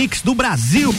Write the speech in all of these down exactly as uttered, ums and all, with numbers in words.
mix do Brasil.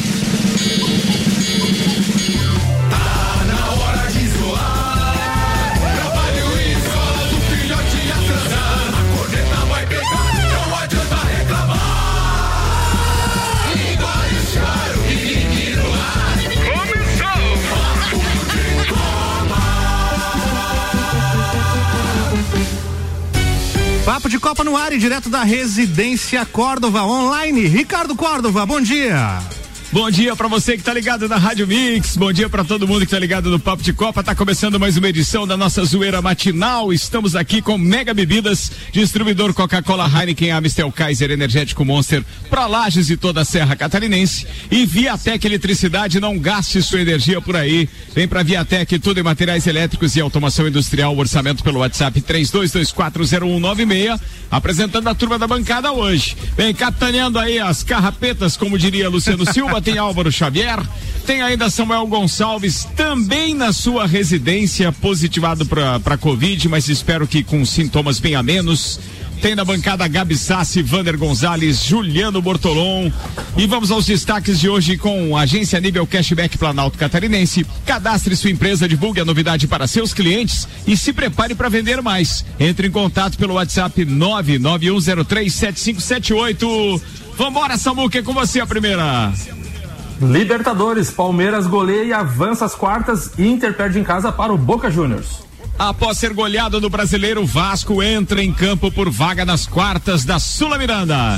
Papo de Copa no ar e direto da Residência Córdova, online. Ricardo Córdova, bom dia. Bom dia pra você que tá ligado na Rádio Mix, bom dia pra todo mundo que tá ligado no Papo de Copa. Tá começando mais uma edição da nossa zoeira matinal. Estamos aqui com Mega Bebidas, distribuidor Coca-Cola, Heineken, Amstel, Kaiser, Energético Monster, pra Lages e toda a Serra Catarinense. E Viatec Eletricidade, não gaste sua energia por aí. Vem pra Viatec, tudo em materiais elétricos e automação industrial. Orçamento pelo WhatsApp três dois dois quatro zero um nove seis. Apresentando a turma da bancada hoje. Vem capitaneando aí as carrapetas, como diria Luciano Silva. Tem Álvaro Xavier, tem ainda Samuel Gonçalves, também na sua residência, positivado para para Covid, mas espero que com sintomas bem a menos. Tem na bancada Gabi Sassi, Vander Gonzalez, Juliano Bortolom. E vamos aos destaques de hoje com a Agência Nível Cashback Planalto Catarinense. Cadastre sua empresa, divulgue a novidade para seus clientes e se prepare para vender mais. Entre em contato pelo WhatsApp nove nove um zero três sete cinco sete oito. Vambora, Samuca, é com você a primeira. Libertadores, Palmeiras goleia e avança às quartas, Inter perde em casa para o Boca Juniors. Após ser goleado no Brasileiro, Vasco entra em campo por vaga nas quartas da Sula Miranda.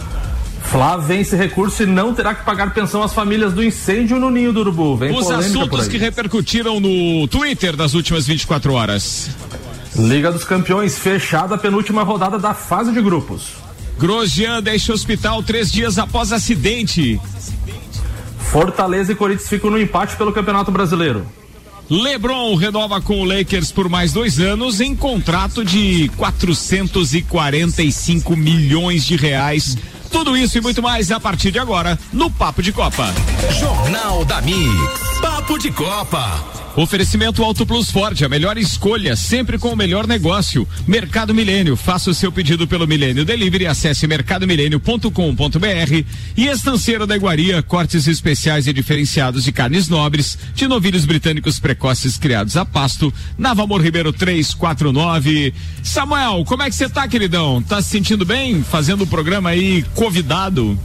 Flá vence recurso e não terá que pagar pensão às famílias do incêndio no Ninho do Urubu. Vem Os assuntos que repercutiram no Twitter das últimas vinte e quatro horas. Liga dos Campeões, fechada a penúltima rodada da fase de grupos. Grosjean deixa o hospital três dias após acidente. Fortaleza e Corinthians ficam no empate pelo Campeonato Brasileiro. LeBron renova com o Lakers por mais dois anos em contrato de quatrocentos e quarenta e cinco milhões de reais. Tudo isso e muito mais a partir de agora no Papo de Copa. Jornal da Mix, Papo de Copa. Oferecimento Auto Plus Ford, a melhor escolha, sempre com o melhor negócio. Mercado Milênio, faça o seu pedido pelo Milênio Delivery, acesse mercado milênio ponto com ponto br. E Estanceiro da Iguaria, cortes especiais e diferenciados de carnes nobres, de novilhos britânicos precoces criados a pasto, na Valmor Ribeiro trezentos e quarenta e nove. Samuel, como é que você tá, queridão? Tá se sentindo bem? Fazendo o programa aí, convidado?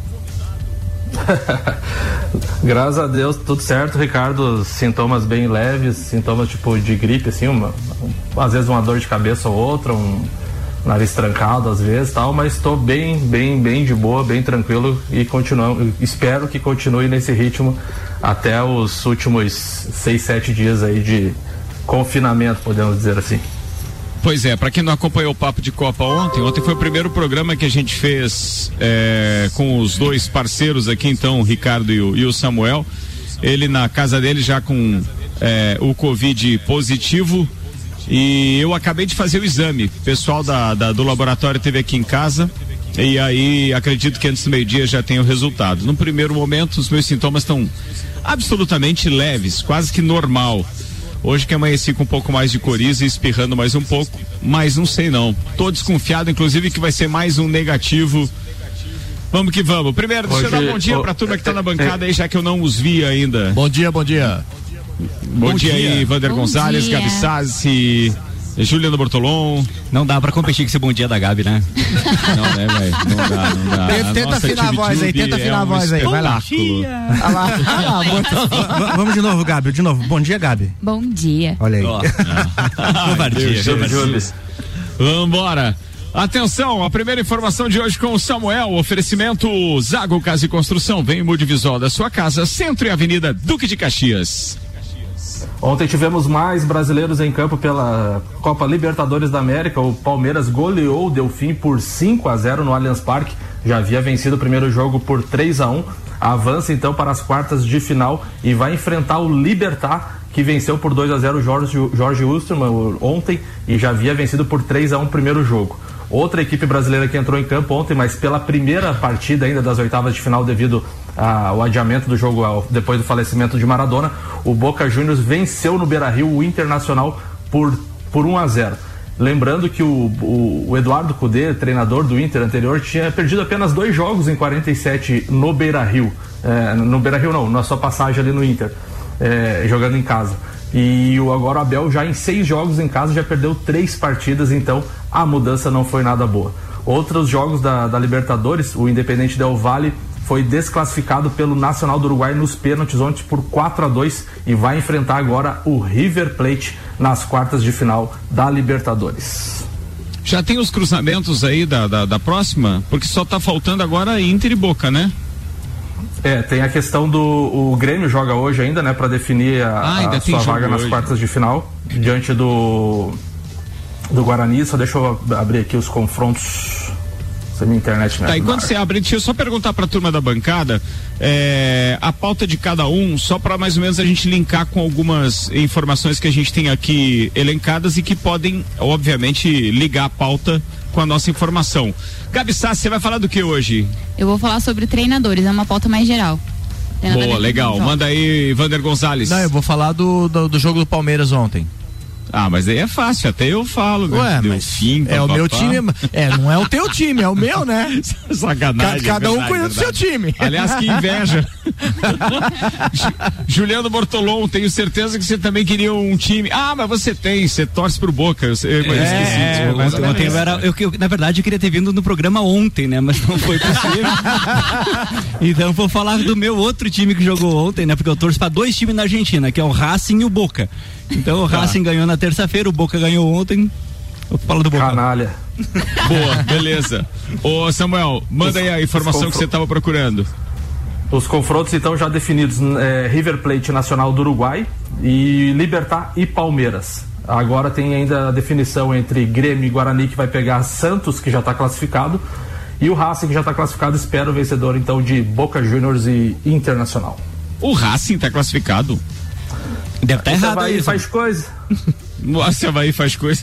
Graças a Deus, tudo certo, Ricardo. Sintomas bem leves, sintomas tipo de gripe, assim, uma, um, às vezes uma dor de cabeça ou outra, um nariz trancado às vezes, tal, mas estou bem, bem, bem de boa, bem tranquilo e continuo, espero que continue nesse ritmo até os últimos seis, sete dias aí de confinamento, podemos dizer assim. Pois é, para quem não acompanhou o Papo de Copa ontem, ontem foi o primeiro programa que a gente fez é, com os dois parceiros aqui, então, o Ricardo e o, e o Samuel. Ele na casa dele já com é, o Covid positivo e eu acabei de fazer o exame. O pessoal da, da, do laboratório esteve aqui em casa e aí acredito que antes do meio-dia já tem o resultado. No primeiro momento, os meus sintomas estão absolutamente leves, quase que normal. Hoje que amanheci com um pouco mais de coriza e espirrando mais um pouco, mas não sei não. Tô desconfiado, inclusive, que vai ser mais um negativo. Vamos que vamos. Primeiro, deixa Hoje, eu dar um bom dia oh, pra turma que tá na bancada aí, já que eu não os vi ainda. Bom dia, bom dia. Bom, bom dia, dia aí, Vander bom Gonzalez, dia. Gabi Sassi, Juliano Bortolom. Não dá pra competir com esse bom dia da Gabi, né? Não, né, velho? Não dá, não dá. Tenta, tenta afinar a voz aí, tenta afinar a voz aí. Vai lá. Ah lá, ah lá, vamos de novo, Gabi, de novo. Bom dia, Gabi. Bom dia. Olha aí. Vambora. Atenção, a primeira informação de hoje com o Samuel, oferecimento Zago Casa e Construção, vem o multivisual da sua casa, Centro e Avenida Duque de Caxias. Ontem tivemos mais brasileiros em campo pela Copa Libertadores da América. O Palmeiras goleou o Delfim por cinco a zero no Allianz Parque. Já havia vencido o primeiro jogo por três a um. Avança então para as quartas de final e vai enfrentar o Libertad, que venceu por dois a zero o Jorge, Jorge Wilstermann ontem e já havia vencido por três a um o primeiro jogo. Outra equipe brasileira que entrou em campo ontem, mas pela primeira partida ainda das oitavas de final devido ao adiamento do jogo ao, depois do falecimento de Maradona, o Boca Juniors venceu no Beira-Rio o Internacional por, por um a zero. Lembrando que o, o, o Eduardo Cudê, treinador do Inter anterior, tinha perdido apenas dois jogos em quarenta e sete no Beira-Rio. É, no Beira-Rio não, na sua passagem ali no Inter, é, jogando em casa. E o, agora o Abel já em seis jogos em casa já perdeu três partidas, então a mudança não foi nada boa. Outros jogos da, da Libertadores, o Independente Del Valle foi desclassificado pelo Nacional do Uruguai nos pênaltis ontem por quatro a dois e vai enfrentar agora o River Plate nas quartas de final da Libertadores. Já tem os cruzamentos aí da, da, da próxima? Porque só tá faltando agora Inter e Boca, né? É, tem a questão do o Grêmio joga hoje ainda, né, para definir a, ah, a sua vaga nas hoje. quartas de final diante do do Guarani. Só deixa eu abrir aqui os confrontos. Essa minha internet, né? Tá, enquanto você abre, deixa eu só perguntar pra turma da bancada é, a pauta de cada um, só para mais ou menos a gente linkar com algumas informações que a gente tem aqui elencadas e que podem, obviamente, ligar a pauta com a nossa informação. Gabi Sassi, você vai falar do que hoje? Eu vou falar sobre treinadores, é uma pauta mais geral. Boa, legal. Manda aí, Vander Gonzalez. Não, eu vou falar do, do, do jogo do Palmeiras ontem. Ah, mas aí é fácil, até eu falo, né? Ué, mas fim, é o meu time, é, não é o teu time, é o meu, né? Sacanagem. Cada um cuida do seu time. Aliás, que inveja. Juliano Bortolom, tenho certeza que você também queria um time. Ah, mas você tem, você torce pro Boca. Eu, eu é, esqueci. É, mas ontem eu era, eu, eu, na verdade, eu queria ter vindo no programa ontem, né? Mas não foi possível. Então vou falar do meu outro time que jogou ontem, né? Porque eu torço pra dois times na Argentina, que é o Racing e o Boca. Então o Racing tá. ganhou na terça-feira, o Boca ganhou ontem. Eu falo do Boca. Canalha. Boa, beleza. Ô Samuel, manda os, aí a informação que você estava procurando. Os confrontos então já definidos, é, River Plate Nacional do Uruguai e Libertad e Palmeiras. Agora tem ainda a definição entre Grêmio e Guarani, que vai pegar Santos, que já está classificado, e o Racing, que já está classificado, espera o vencedor então de Boca Juniors e Internacional. O Racing está classificado? Deve estar tá errado aí. Faz coisa. Nossa, Havaí faz coisa.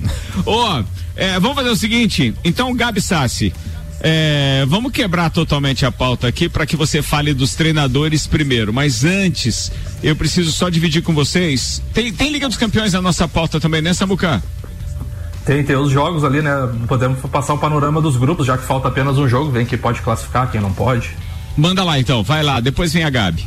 Ó, oh, é, vamos fazer o seguinte, então, Gabi Sassi, é, vamos quebrar totalmente a pauta aqui para que você fale dos treinadores primeiro, mas antes, eu preciso só dividir com vocês, tem, tem Liga dos Campeões na nossa pauta também, né, Samuca? Tem, tem os jogos ali, né, podemos passar um panorama dos grupos, já que falta apenas um jogo, vem quem pode classificar, quem não pode. Manda lá então, vai lá, depois vem a Gabi.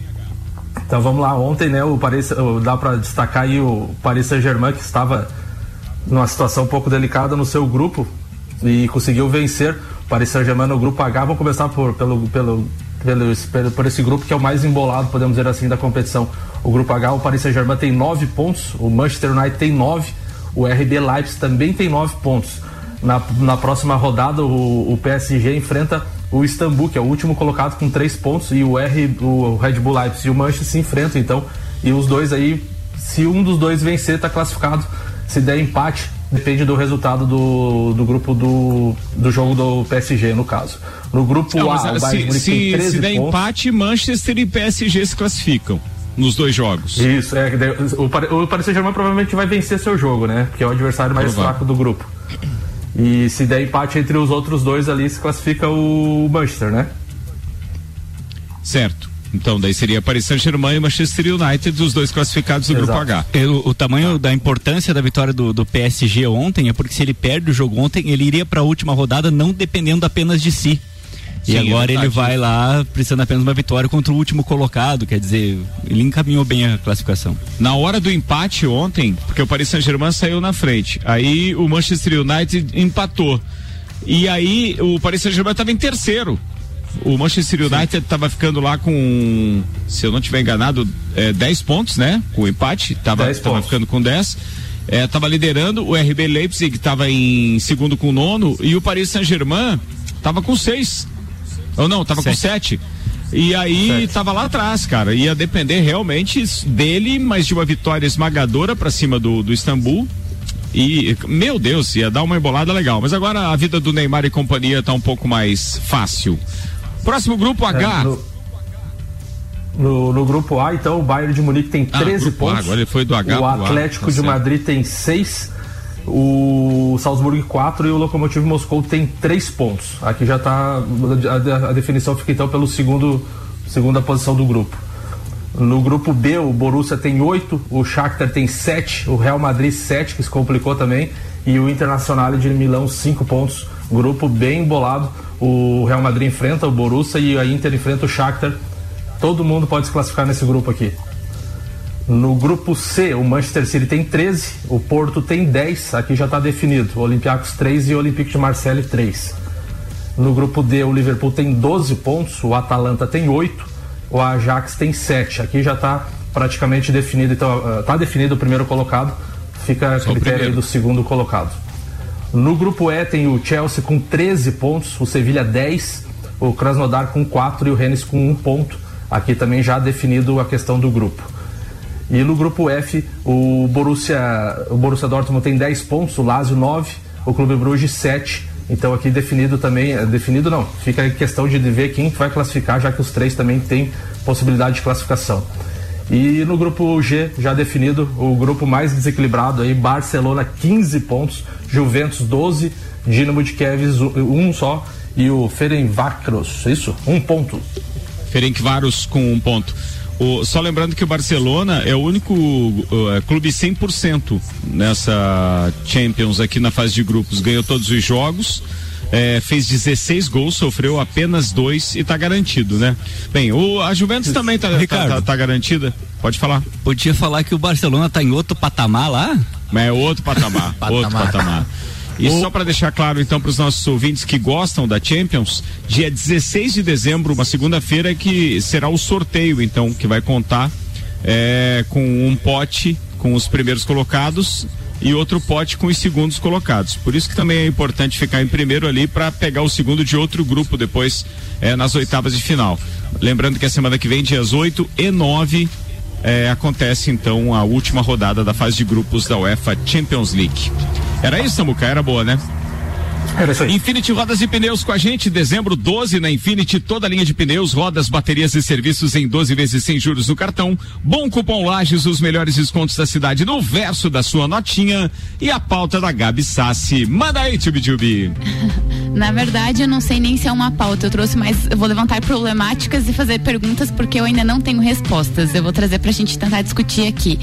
Então vamos lá, ontem, né, o Paris, dá para destacar aí o Paris Saint-Germain, que estava numa situação um pouco delicada no seu grupo e conseguiu vencer o Paris Saint-Germain no grupo H. Vamos começar por, pelo, pelo, pelo, pelo, por esse grupo que é o mais embolado, podemos dizer assim, da competição. O grupo H, o Paris Saint-Germain tem nove pontos, o Manchester United tem nove, o R B Leipzig também tem nove pontos. Na, na próxima rodada, o, o P S G enfrenta o Istambul, que é o último colocado com três pontos, e o, R, o Red Bull Leipzig e o Manchester se enfrentam, então, e os dois aí, se um dos dois vencer, está classificado. Se der empate, depende do resultado do, do grupo do, do jogo do P S G, no caso. No grupo Não, A, o Bayern Munique tem treze se der pontos. empate, Manchester e P S G se classificam nos dois jogos. Isso, é, o, o Paris Saint-Germain provavelmente vai vencer seu jogo, né? Porque é o adversário mais Provável. fraco do grupo. E se der empate entre os outros dois ali, se classifica o Manchester, né? Certo. Então, daí seria Paris Saint-Germain e Manchester United, os dois classificados do Exato. grupo H. O, o tamanho da importância da vitória do, do P S G ontem é porque se ele perde o jogo ontem, ele iria para a última rodada não dependendo apenas de si. Sim, e agora é ele vai lá precisando apenas de uma vitória contra o último colocado, quer dizer, ele encaminhou bem a classificação. Na hora do empate ontem, porque o Paris Saint-Germain saiu na frente, aí o Manchester United empatou, e aí o Paris Saint-Germain estava em terceiro. O Manchester United estava ficando lá com, se eu não estiver enganado, é, dez pontos, né? Com o empate, estava ficando com dez. Estava é, liderando, o R B Leipzig estava em segundo com nono, e o Paris Saint-Germain estava com seis. Ou não, tava sete. com sete. E aí sete. tava lá atrás, cara. Ia depender realmente dele, mas de uma vitória esmagadora pra cima do, do Istambul. E, meu Deus, ia dar uma embolada legal. Mas agora a vida do Neymar e companhia tá um pouco mais fácil. Próximo grupo H. É, no, no, no grupo A, então, o Bayern de Munique tem treze ah, pontos. A, agora ele foi do H o Atlético A, tá de Madrid tem seis. O Salzburg quatro e o Lokomotiv Moscou tem três pontos. Aqui já está a, a definição fica então pelo segundo segunda posição do grupo. No grupo B, o Borussia tem oito, o Shakhtar tem sete, o Real Madrid sete, que se complicou também, e o Internazionale de Milão cinco pontos. Grupo bem embolado. O Real Madrid enfrenta o Borussia e a Inter enfrenta o Shakhtar. Todo mundo pode se classificar nesse grupo aqui. No grupo C, o Manchester City tem treze, o Porto tem dez, aqui já está definido. O Olympiacos três e o Olympique de Marseille três. No grupo D, o Liverpool tem doze pontos, o Atalanta tem oito, o Ajax tem sete. Aqui já está praticamente definido, então está definido o primeiro colocado, fica a critério aí do segundo colocado. No grupo E tem o Chelsea com treze pontos, o Sevilha dez, o Krasnodar com quatro e o Rennes com um ponto. Aqui também já definido a questão do grupo. E no grupo F, o Borussia, o Borussia Dortmund tem dez pontos, o Lazio nove, o Clube Bruges sete. Então aqui definido também, definido não, fica a questão de ver quem vai classificar, já que os três também têm possibilidade de classificação. E no grupo G, já definido, o grupo mais desequilibrado aí, Barcelona quinze pontos, Juventus doze, Dinamo de Kiev um só e o Ferencváros, isso? Um ponto. Ferencváros com um ponto. O, só lembrando que o Barcelona é o único uh, clube cem por cento nessa Champions aqui na fase de grupos. Ganhou todos os jogos, é, fez dezesseis gols, sofreu apenas dois e tá garantido, né? Bem, o, a Juventus também tá, tá, tá, tá garantida. Pode falar. Podia falar que o Barcelona tá em outro patamar lá? Mas é outro patamar, patamar. outro patamar. E o... só para deixar claro então para os nossos ouvintes que gostam da Champions, dia dezesseis de dezembro, uma segunda-feira, que será o sorteio então, que vai contar é, com um pote com os primeiros colocados e outro pote com os segundos colocados. Por isso que também é importante ficar em primeiro ali para pegar o segundo de outro grupo depois é, nas oitavas de final. Lembrando que a semana que vem, dias oito e nove, é, acontece então a última rodada da fase de grupos da UEFA Champions League. Era isso, Samuca? Era boa, né? Era isso aí. Infinity Rodas e Pneus com a gente, dezembro doze na Infinity, toda a linha de pneus, rodas, baterias e serviços em doze vezes sem juros no cartão. Bom Cupom Lages, os melhores descontos da cidade no verso da sua notinha. E a pauta da Gabi Sassi. Manda aí, Tchubi-Tchubi. Na verdade, eu não sei nem se é uma pauta. Eu trouxe mais, eu vou levantar problemáticas e fazer perguntas porque eu ainda não tenho respostas. Eu vou trazer pra gente tentar discutir aqui.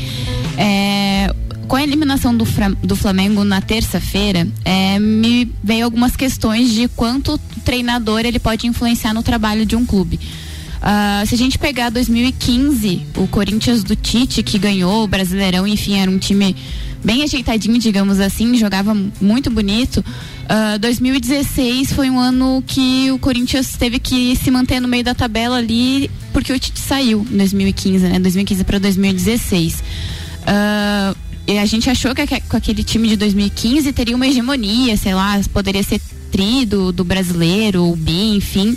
É... Com a eliminação do, do Flamengo na terça-feira, é, me veio algumas questões de quanto o treinador ele pode influenciar no trabalho de um clube. Uh, se a gente pegar dois mil e quinze, o Corinthians do Tite, que ganhou o Brasileirão, enfim, era um time bem ajeitadinho, digamos assim, jogava muito bonito. Uh, dois mil e dezesseis foi um ano que o Corinthians teve que se manter no meio da tabela ali, porque o Tite saiu em dois mil e quinze, né? dois mil e quinze para dois mil e dezesseis. Uh, a gente achou que com aquele time de dois mil e quinze teria uma hegemonia, sei lá, poderia ser tri do, do brasileiro, o bi, enfim.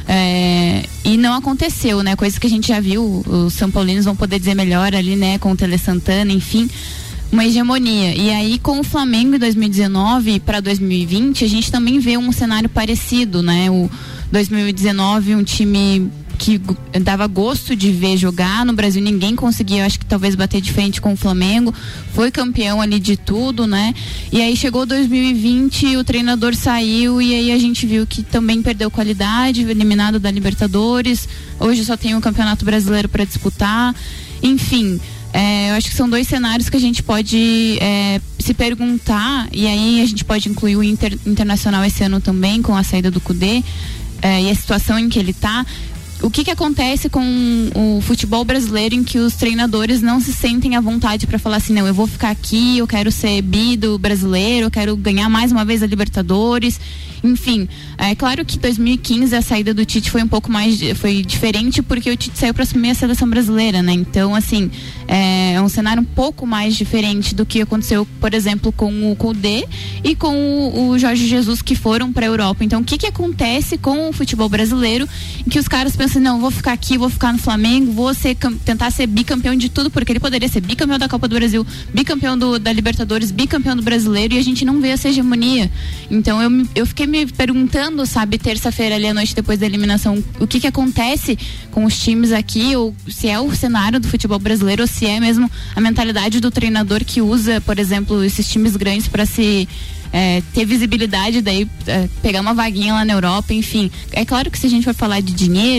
É, e não aconteceu, né? Coisa que a gente já viu, os São Paulinos vão poder dizer melhor ali, né? Com o Tele Santana, enfim, uma hegemonia. E aí com o Flamengo em dois mil e dezenove para dois mil e vinte, a gente também vê um cenário parecido, né? O dois mil e dezenove, um time que dava gosto de ver jogar no Brasil, ninguém conseguia, eu acho que talvez bater de frente com o Flamengo, foi campeão ali de tudo, né? E aí chegou dois mil e vinte, o treinador saiu e aí a gente viu que também perdeu qualidade, eliminado da Libertadores, hoje só tem o Campeonato Brasileiro para disputar, enfim, é, eu acho que são dois cenários que a gente pode é, se perguntar, e aí a gente pode incluir o Inter, Internacional esse ano também, com a saída do Cudê, é, e a situação em que ele está. O que que acontece com o futebol brasileiro em que os treinadores não se sentem à vontade para falar assim, não, eu vou ficar aqui, eu quero ser bi do brasileiro, eu quero ganhar mais uma vez a Libertadores, enfim, é claro que dois mil e quinze a saída do Tite foi um pouco mais, foi diferente porque o Tite saiu para assumir a seleção brasileira, né, então assim, é, é um cenário um pouco mais diferente do que aconteceu, por exemplo, com o Cudê e com o, o Jorge Jesus, que foram para a Europa. Então o que que acontece com o futebol brasileiro em que os caras pensam assim, não, vou ficar aqui, vou ficar no Flamengo, vou ser, tentar ser bicampeão de tudo, porque ele poderia ser bicampeão da Copa do Brasil, bicampeão do, da Libertadores, bicampeão do Brasileiro, e a gente não vê essa hegemonia. Então eu, eu fiquei me perguntando, sabe, terça-feira ali à noite depois da eliminação, o que que acontece com os times aqui, ou se é o cenário do futebol brasileiro, ou se é mesmo a mentalidade do treinador que usa, por exemplo, esses times grandes para se É, ter visibilidade, daí é, pegar uma vaguinha lá na Europa, enfim. É claro que se a gente for falar de dinheiro,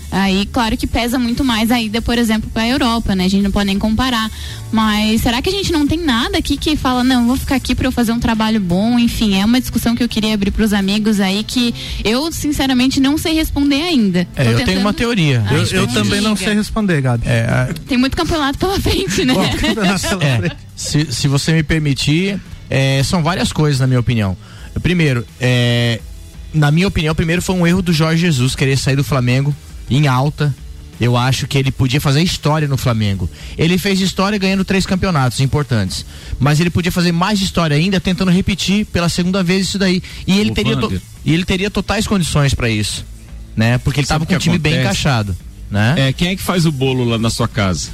Aí, claro que pesa muito mais a ida, por exemplo, para a Europa, né? A gente não pode nem comparar. Mas será que a gente não tem nada aqui que fala, não, vou ficar aqui para eu fazer um trabalho bom? Enfim, é uma discussão que eu queria abrir para os amigos aí que eu, sinceramente, não sei responder ainda. É, eu tentando... tenho uma teoria. Ah, eu eu também não sei responder, Gabi. É, a... Tem muito campeonato pela frente, né? é, se, se você me permitir, é, são várias coisas, na minha opinião. Primeiro, é, na minha opinião, primeiro foi um erro do Jorge Jesus querer sair do Flamengo em alta. Eu acho que ele podia fazer história no Flamengo. Ele fez história ganhando três campeonatos importantes. Mas ele podia fazer mais história ainda, tentando repetir pela segunda vez isso daí. E ele, teria, to, e ele teria totais condições para isso, né? Porque ele estava com um time acontece? bem encaixado, né? É, quem é que faz o bolo lá na sua casa?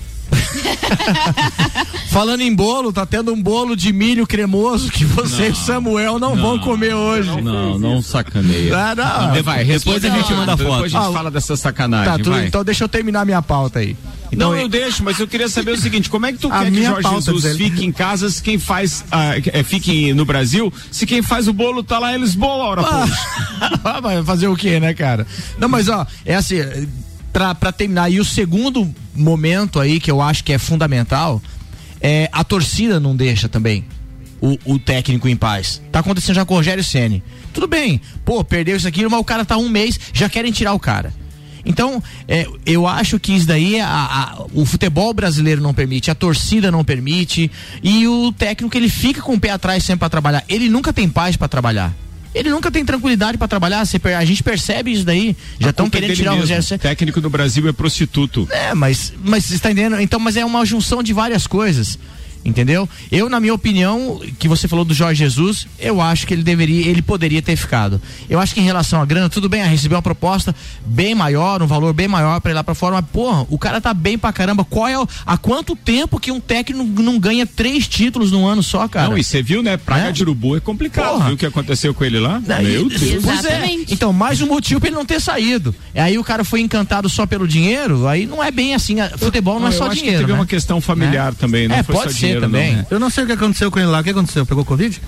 Falando em bolo, tá tendo um bolo de milho cremoso que você não, e Samuel não, não vão comer hoje. Não, não, não sacaneia. Ah, não. Não, vai, depois a gente manda foto. Depois a gente ah, fala dessa sacanagem. Tá, tudo, então deixa eu terminar minha pauta aí. Então, não, eu deixo, mas eu queria saber o seguinte: como é que tu quer que Jorge Jesus dele. fique em casa se quem faz, ah, é, fique no Brasil, se quem faz o bolo tá lá em Lisboa, hora ah, vai fazer o quê, né, cara? Não, mas ó, é assim. Pra, pra terminar, e o segundo momento aí que eu acho que é fundamental é a torcida não deixa também o, o técnico em paz. Tá acontecendo já com o Rogério Ceni. Tudo bem, pô, perdeu isso aqui, mas o cara tá um mês, já querem tirar o cara. Então, é, eu acho que isso daí a, a, o futebol brasileiro não permite, a torcida não permite, e o técnico ele fica com o pé atrás sempre pra trabalhar. Ele nunca tem paz pra trabalhar. Ele nunca tem tranquilidade para trabalhar, a gente percebe isso daí, já estão querendo tirar o Rogério Ceni. O técnico do Brasil é prostituto. É, mas, mas você está entendendo? Então, mas é uma junção de várias coisas. Entendeu? Eu, na minha opinião, que você falou do Jorge Jesus, eu acho que ele deveria, ele poderia ter ficado. Eu acho que em relação à grana, tudo bem, recebeu uma proposta bem maior, um valor bem maior pra ir lá pra fora, mas porra, o cara tá bem pra caramba. Qual é o, há quanto tempo que um técnico não ganha três títulos num ano só, cara? Não, e você viu, né? Praga é? de Urubu é complicado. Porra. Viu o que aconteceu com ele lá? Não, Meu Deus. Exatamente. É. Então, mais um motivo pra ele não ter saído. Aí o cara foi encantado só pelo dinheiro, aí não é bem assim, futebol não é só eu acho dinheiro, que teve né? uma questão familiar é. também, não é, foi pode só ser dinheiro, também. Não, né? Eu não sei o que aconteceu com ele lá. O que aconteceu? Pegou Covid?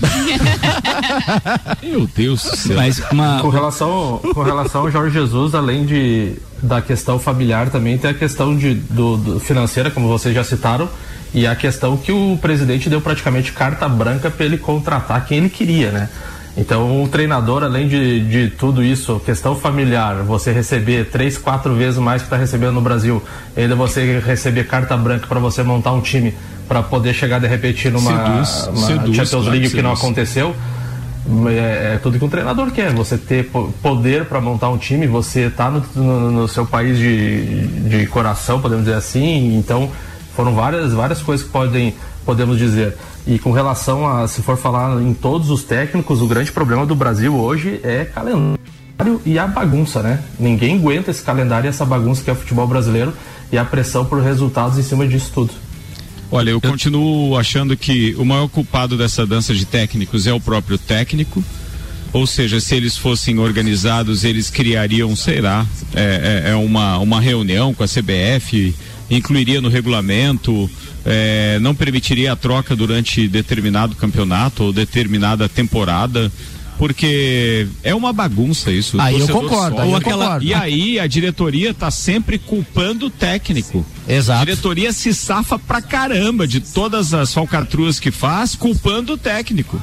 Meu Deus do céu. Mas uma... com, relação, com relação ao Jorge Jesus, além de, da questão familiar, também tem a questão de, do, do financeira, como vocês já citaram, e a questão que o presidente deu praticamente carta branca para ele contratar quem ele queria, né? Então, o treinador, além de, de tudo isso, questão familiar, você receber três, quatro vezes mais que está recebendo no Brasil, ainda você receber carta branca para você montar um time para poder chegar de repente numa seduz, uma seduz, Champions claro, League que seduz. não aconteceu, é, é tudo que um treinador quer, você ter poder para montar um time, você tá no, no, no seu país de, de coração, podemos dizer assim. Então, foram várias, várias coisas que podem, podemos dizer. E com relação a, se for falar em todos os técnicos, o grande problema do Brasil hoje é calendário e a bagunça, né? Ninguém aguenta esse calendário e essa bagunça que é o futebol brasileiro e a pressão por resultados em cima disso tudo. Olha, eu continuo achando que o maior culpado dessa dança de técnicos é o próprio técnico. Ou seja, se eles fossem organizados, eles criariam, sei lá, é, é, é uma, uma reunião com a C B F, incluiria no regulamento, é, não permitiria a troca durante determinado campeonato ou determinada temporada, porque é uma bagunça isso. Aí eu concordo, aí eu aquela, concordo. E aí a diretoria está sempre culpando o técnico. Exato. A diretoria se safa pra caramba de todas as falcatruas que faz, culpando o técnico.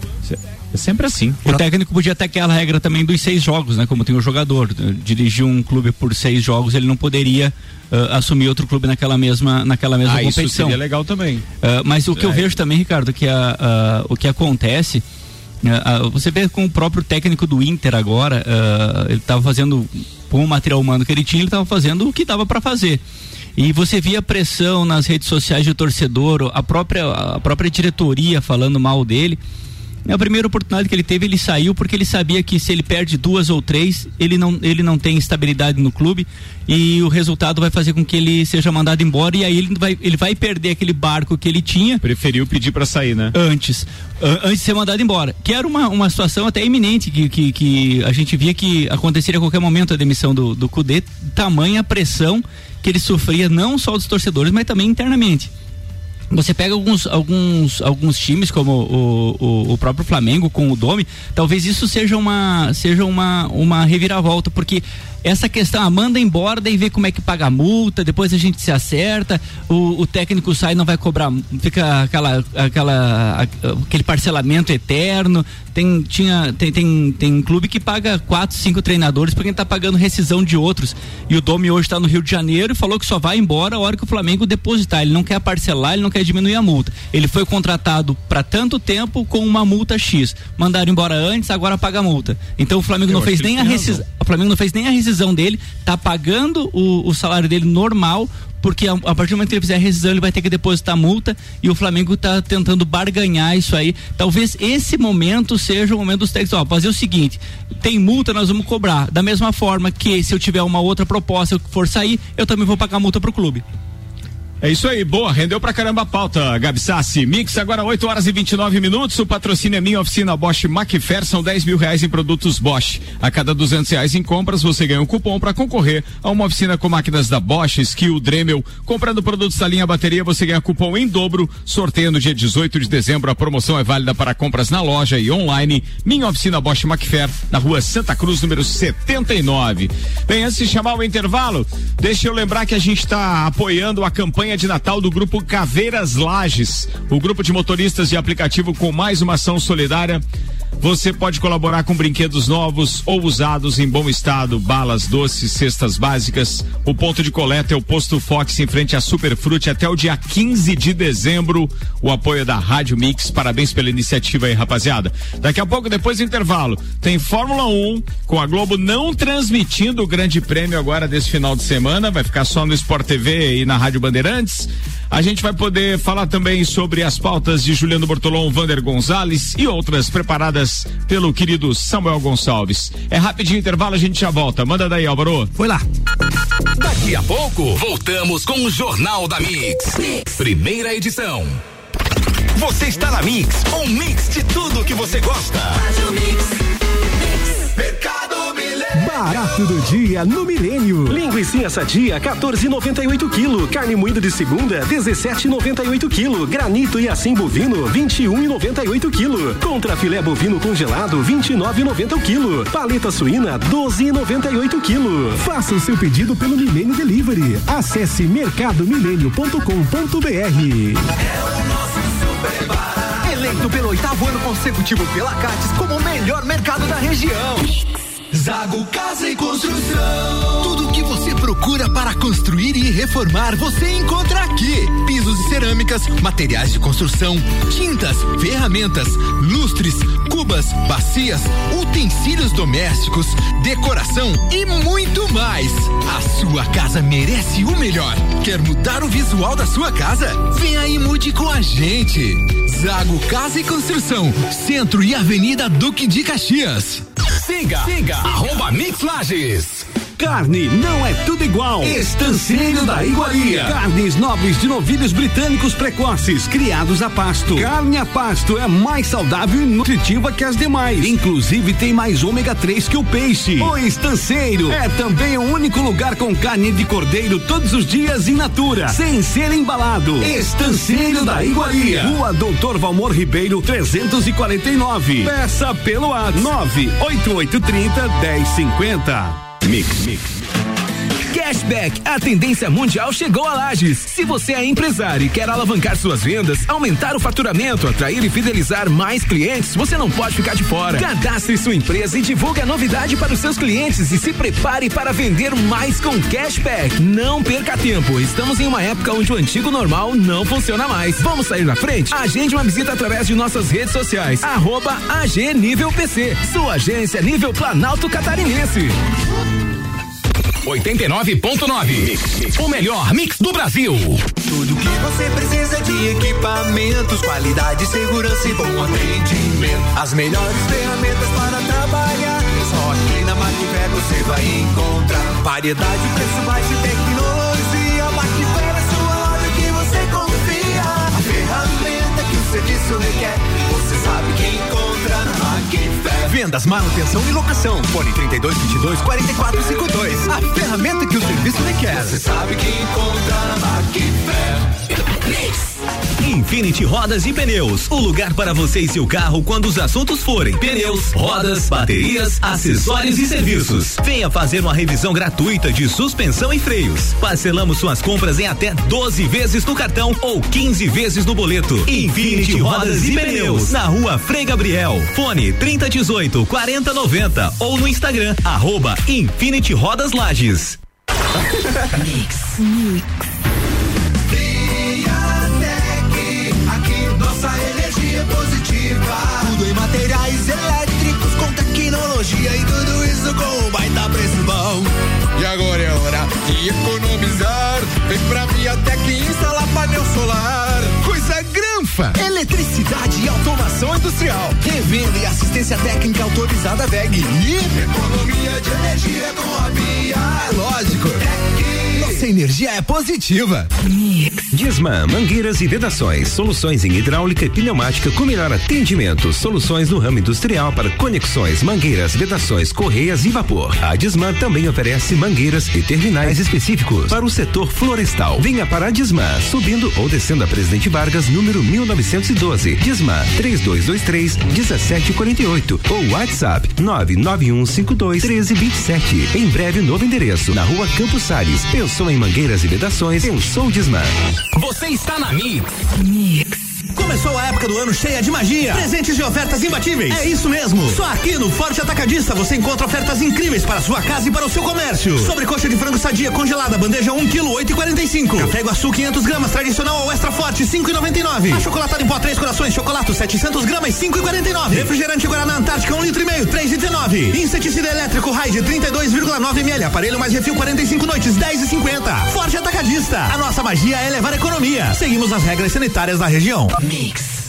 É sempre assim. O técnico podia ter aquela regra também dos seis jogos, né? Como tem o jogador, dirigir um clube por seis jogos, ele não poderia uh, assumir outro clube naquela mesma, naquela mesma ah, competição. Isso seria legal também. Uh, mas o que é. eu vejo também, Ricardo, que a, uh, o que acontece, uh, uh, você vê com o próprio técnico do Inter agora, uh, ele estava fazendo, com o material humano que ele tinha, ele estava fazendo o que dava para fazer. E você via pressão nas redes sociais de torcedor, a própria, a própria diretoria falando mal dele. Na primeira oportunidade que ele teve, ele saiu porque ele sabia que se ele perde duas ou três, ele não, ele não tem estabilidade no clube e o resultado vai fazer com que ele seja mandado embora e aí ele vai, ele vai perder aquele barco que ele tinha. Preferiu pedir para sair, né? Antes, an, antes de ser mandado embora. Que era uma, uma situação até iminente, que, que, que a gente via que aconteceria a qualquer momento a demissão do, do Cudê, tamanha pressão que ele sofria não só dos torcedores, mas também internamente. Você pega alguns, alguns, alguns times como o, o, o próprio Flamengo com o Domi, talvez isso seja uma, seja uma, uma reviravolta, porque essa questão, ah, manda embora, daí vê como é que paga a multa, depois a gente se acerta, o, o técnico sai, não vai cobrar, fica aquela, aquela, aquele parcelamento eterno. Tem, tinha, tem, tem, tem clube que paga quatro, cinco treinadores porque tá pagando rescisão de outros. E o Domi hoje está no Rio de Janeiro e falou que só vai embora a hora que o Flamengo depositar. Ele não quer parcelar, ele não quer diminuir a multa. Ele foi contratado para tanto tempo com uma multa X. Mandaram embora antes, agora paga a multa. Então o Flamengo não fez nem a rescisão. O Flamengo não fez nem a rescisão dele, tá pagando o, o salário dele normal, porque a, a partir do momento que ele fizer a rescisão ele vai ter que depositar multa, e o Flamengo tá tentando barganhar isso aí. Talvez esse momento seja o momento dos técnicos, ó, fazer o seguinte, tem multa, nós vamos cobrar, da mesma forma que se eu tiver uma outra proposta eu for sair, eu também vou pagar multa pro clube. É isso aí, boa, rendeu pra caramba a pauta, Gabi Sassi. Mix agora oito horas e vinte e nove minutos, o patrocínio é minha oficina Bosch Macfer, são dez mil reais em produtos Bosch. A cada duzentos reais em compras você ganha um cupom para concorrer a uma oficina com máquinas da Bosch, Skill, Dremel. Comprando produtos da linha bateria você ganha cupom em dobro, sorteio no dia dezoito de dezembro, a promoção é válida para compras na loja e online. Minha oficina Bosch Macfer, na rua Santa Cruz, número setenta e nove. Bem, antes de chamar o intervalo, deixa eu lembrar que a gente está apoiando a campanha de Natal do grupo Caveiras Lages, o grupo de motoristas de aplicativo com mais uma ação solidária. Você pode colaborar com brinquedos novos ou usados em bom estado, balas, doces, cestas básicas. O ponto de coleta é o Posto Fox em frente à Superfrute até o dia quinze de dezembro. O apoio é da Rádio Mix. Parabéns pela iniciativa aí, rapaziada. Daqui a pouco, depois do intervalo, tem Fórmula um com a Globo não transmitindo o Grande Prêmio agora desse final de semana. Vai ficar só no Sport T V e na Rádio Bandeirantes. A gente vai poder falar também sobre as pautas de Juliano Bortolom, Vander Gonzalez e outras preparadas pelo querido Samuel Gonçalves. É rapidinho intervalo, a gente já volta. Manda daí, Álvaro. Foi lá. Daqui a pouco, voltamos com o Jornal da Mix. Mix. Primeira edição. Você está na Mix, um mix de tudo que você gosta. Mercado Barato do dia no Milênio. Linguiça sadia quatorze e noventa e oito quilo. Carne moída de segunda dezessete e noventa e oito quilo. Granito e assim bovino vinte e um e noventa e oito quilo. Contra filé bovino congelado vinte e nove e noventa o quilo. Paleta suína doze e noventa e oito quilo. Faça o seu pedido pelo Milênio Delivery. Acesse mercado milênio ponto com ponto br. É o nosso super barato. Eleito pelo oitavo ano consecutivo pela Cates como o melhor mercado da região. Zago Casa e Construção. Tudo o que você procura para construir e reformar, você encontra aqui. Pisos e cerâmicas, materiais de construção, tintas, ferramentas, lustres, cubas, bacias, utensílios domésticos, decoração e muito mais. A sua casa merece o melhor. Quer mudar o visual da sua casa? Vem aí e mude com a gente. Zago Casa e Construção, Centro e Avenida Duque de Caxias. Siga, siga, arroba Mix Lages. Carne não é tudo igual. Estanceiro da Iguaria. Carnes nobres de novilhos britânicos precoces, criados a pasto. Carne a pasto é mais saudável e nutritiva que as demais. Inclusive tem mais ômega três que o peixe. O Estanceiro é também o único lugar com carne de cordeiro todos os dias in natura, sem ser embalado. Estanceiro da Iguaria. Rua Doutor Valmor Ribeiro trezentos e quarenta e nove. Peça pelo A nove oito oito três zero um zero cinco zero. Mix, mix. Cashback, a tendência mundial chegou a Lages. Se você é empresário e quer alavancar suas vendas, aumentar o faturamento, atrair e fidelizar mais clientes, você não pode ficar de fora. Cadastre sua empresa e divulgue a novidade para os seus clientes e se prepare para vender mais com Cashback. Não perca tempo, estamos em uma época onde o antigo normal não funciona mais. Vamos sair na frente? Agende uma visita através de nossas redes sociais, arroba A G Nível P C, sua agência nível Planalto Catarinense. oitenta e nove ponto nove. O melhor mix do Brasil. Tudo que você precisa de equipamentos, qualidade, segurança e bom atendimento. As melhores ferramentas para trabalhar. Só aqui na Macfer você vai encontrar variedade, preço baixo e tecnologia. Macfer é sua loja que você confia. A ferramenta que o serviço requer, você sabe que encontra na Macfer. Vendas, manutenção e locação. Fone trinta e dois, vinte e dois, quarenta e quatro, cinquenta e dois. A ferramenta que o serviço requer, você sabe que encontra na Macfer. Infinity Rodas e Pneus, o lugar para você e seu carro quando os assuntos forem pneus, rodas, baterias, acessórios e serviços. Venha fazer uma revisão gratuita de suspensão e freios. Parcelamos suas compras em até doze vezes no cartão ou quinze vezes no boleto. Infinity Rodas e Pneus, na rua Frei Gabriel. Fone trinta dezoito, quarenta noventa ou no Instagram, arroba Infinity Rodas Lages. Mix. Mix. Aqui nossa energia é positiva. Tudo em materiais elétricos com tecnologia e tudo isso com um baita preço bom. E agora é hora de economizar. Vem pra Viatec e instalar painel solar. Coisa granfa. Eletricidade e automação industrial. Revenda e assistência técnica autorizada V E G. E economia de energia com a Via. Lógico. Nossa energia é positiva. Disman, mangueiras e vedações, soluções em hidráulica e pneumática com melhor atendimento, soluções no ramo industrial para conexões, mangueiras, vedações, correias e vapor. A Disman também oferece mangueiras e terminais específicos para o setor florestal. Venha para a Disman, subindo ou descendo a Presidente Vargas, número mil novecentos e doze. Disman, três dois dois três, um sete quatro oito ou WhatsApp nove nove um cinco dois, um três dois sete. Em breve, novo endereço, na rua Campos Salles. Pensou em mangueiras e vedações? Eu sou Disman. Você está na Mix. Mix. Começou a época do ano cheia de magia, presentes e ofertas imbatíveis. É isso mesmo. Só aqui no Forte Atacadista você encontra ofertas incríveis para a sua casa e para o seu comércio. Sobrecoxa de frango sadia congelada, bandeja um quilo, oito e quarenta e cinco. Café Iguaçu quinhentos gramas, tradicional ou extra forte, cinco e noventa e nove. Achocolatado em pó três corações, chocolate setecentos gramas, cinco e quarenta e nove. Refrigerante Guaraná Antártica um litro e meio, três e dezenove. Inseticida elétrico Raid trinta e dois vírgula nove mililitros. Aparelho mais refil quarenta e cinco noites, dez e cinquenta. Forte Atacadista. A nossa magia é levar economia. Seguimos as regras sanitárias da região. Mix.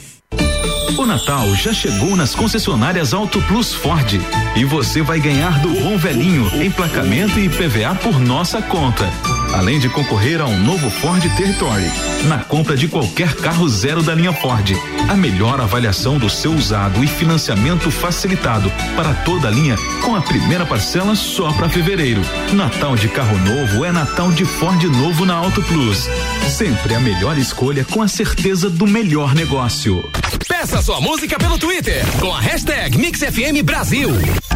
O Natal já chegou nas concessionárias Auto Plus Ford e você vai ganhar do bom velhinho, emplacamento e I P V A por nossa conta. Além de concorrer a um novo Ford Territory, na compra de qualquer carro zero da linha Ford. A melhor avaliação do seu usado e financiamento facilitado para toda a linha com a primeira parcela só para fevereiro. Natal de carro novo é Natal de Ford novo na Auto Plus. Sempre a melhor escolha com a certeza do melhor negócio. Peça sua música pelo Twitter com a hashtag MixFM Brasil.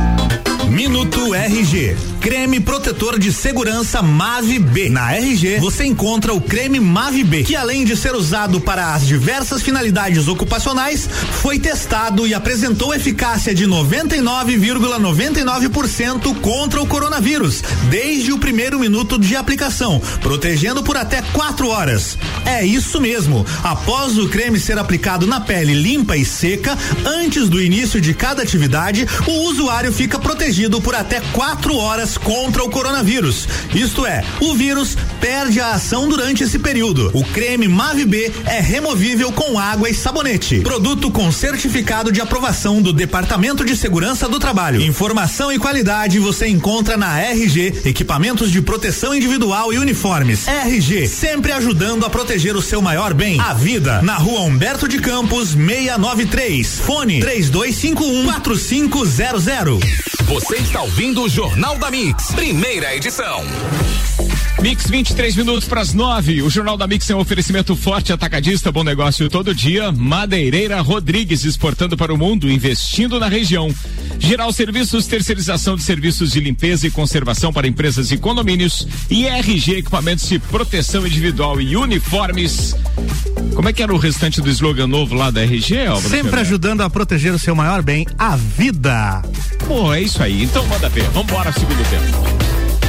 Minuto R G. Creme protetor de segurança Mave B. Na R G você encontra o creme Mave B, que além de ser usado para as diversas finalidades ocupacionais, foi testado e apresentou eficácia de noventa e nove vírgula noventa e nove por cento contra o coronavírus, desde o primeiro minuto de aplicação, protegendo por até quatro horas. É isso mesmo. Após o creme ser aplicado na pele limpa e seca, antes do início de cada atividade, o usuário fica protegido por até quatro horas contra o coronavírus. Isto é, o vírus perde a ação durante esse período. O creme Mave B é removível com água e sabonete. Produto com certificado de aprovação do Departamento de Segurança do Trabalho. Informação e qualidade você encontra na R G, equipamentos de proteção individual e uniformes. R G, sempre ajudando a proteger o seu maior bem, a vida. Na rua Humberto de Campos, seiscentos e noventa e três. Fone três dois cinco um, quatro cinco zero zero. Você está ouvindo o Jornal da Mix, primeira edição. Mix, vinte e três minutos para as nove. O Jornal da Mix é um oferecimento Forte Atacadista, bom negócio todo dia. Madeireira Rodrigues, exportando para o mundo, investindo na região. Geral Serviços, terceirização de serviços de limpeza e conservação para empresas e condomínios. E R G, equipamentos de proteção individual e uniformes. Como é que era o restante do slogan novo lá da R G, Álvaro? Sempre ajudando a proteger o seu maior bem, a vida. Pô, é isso aí. Então manda ver. Vambora, segundo tempo.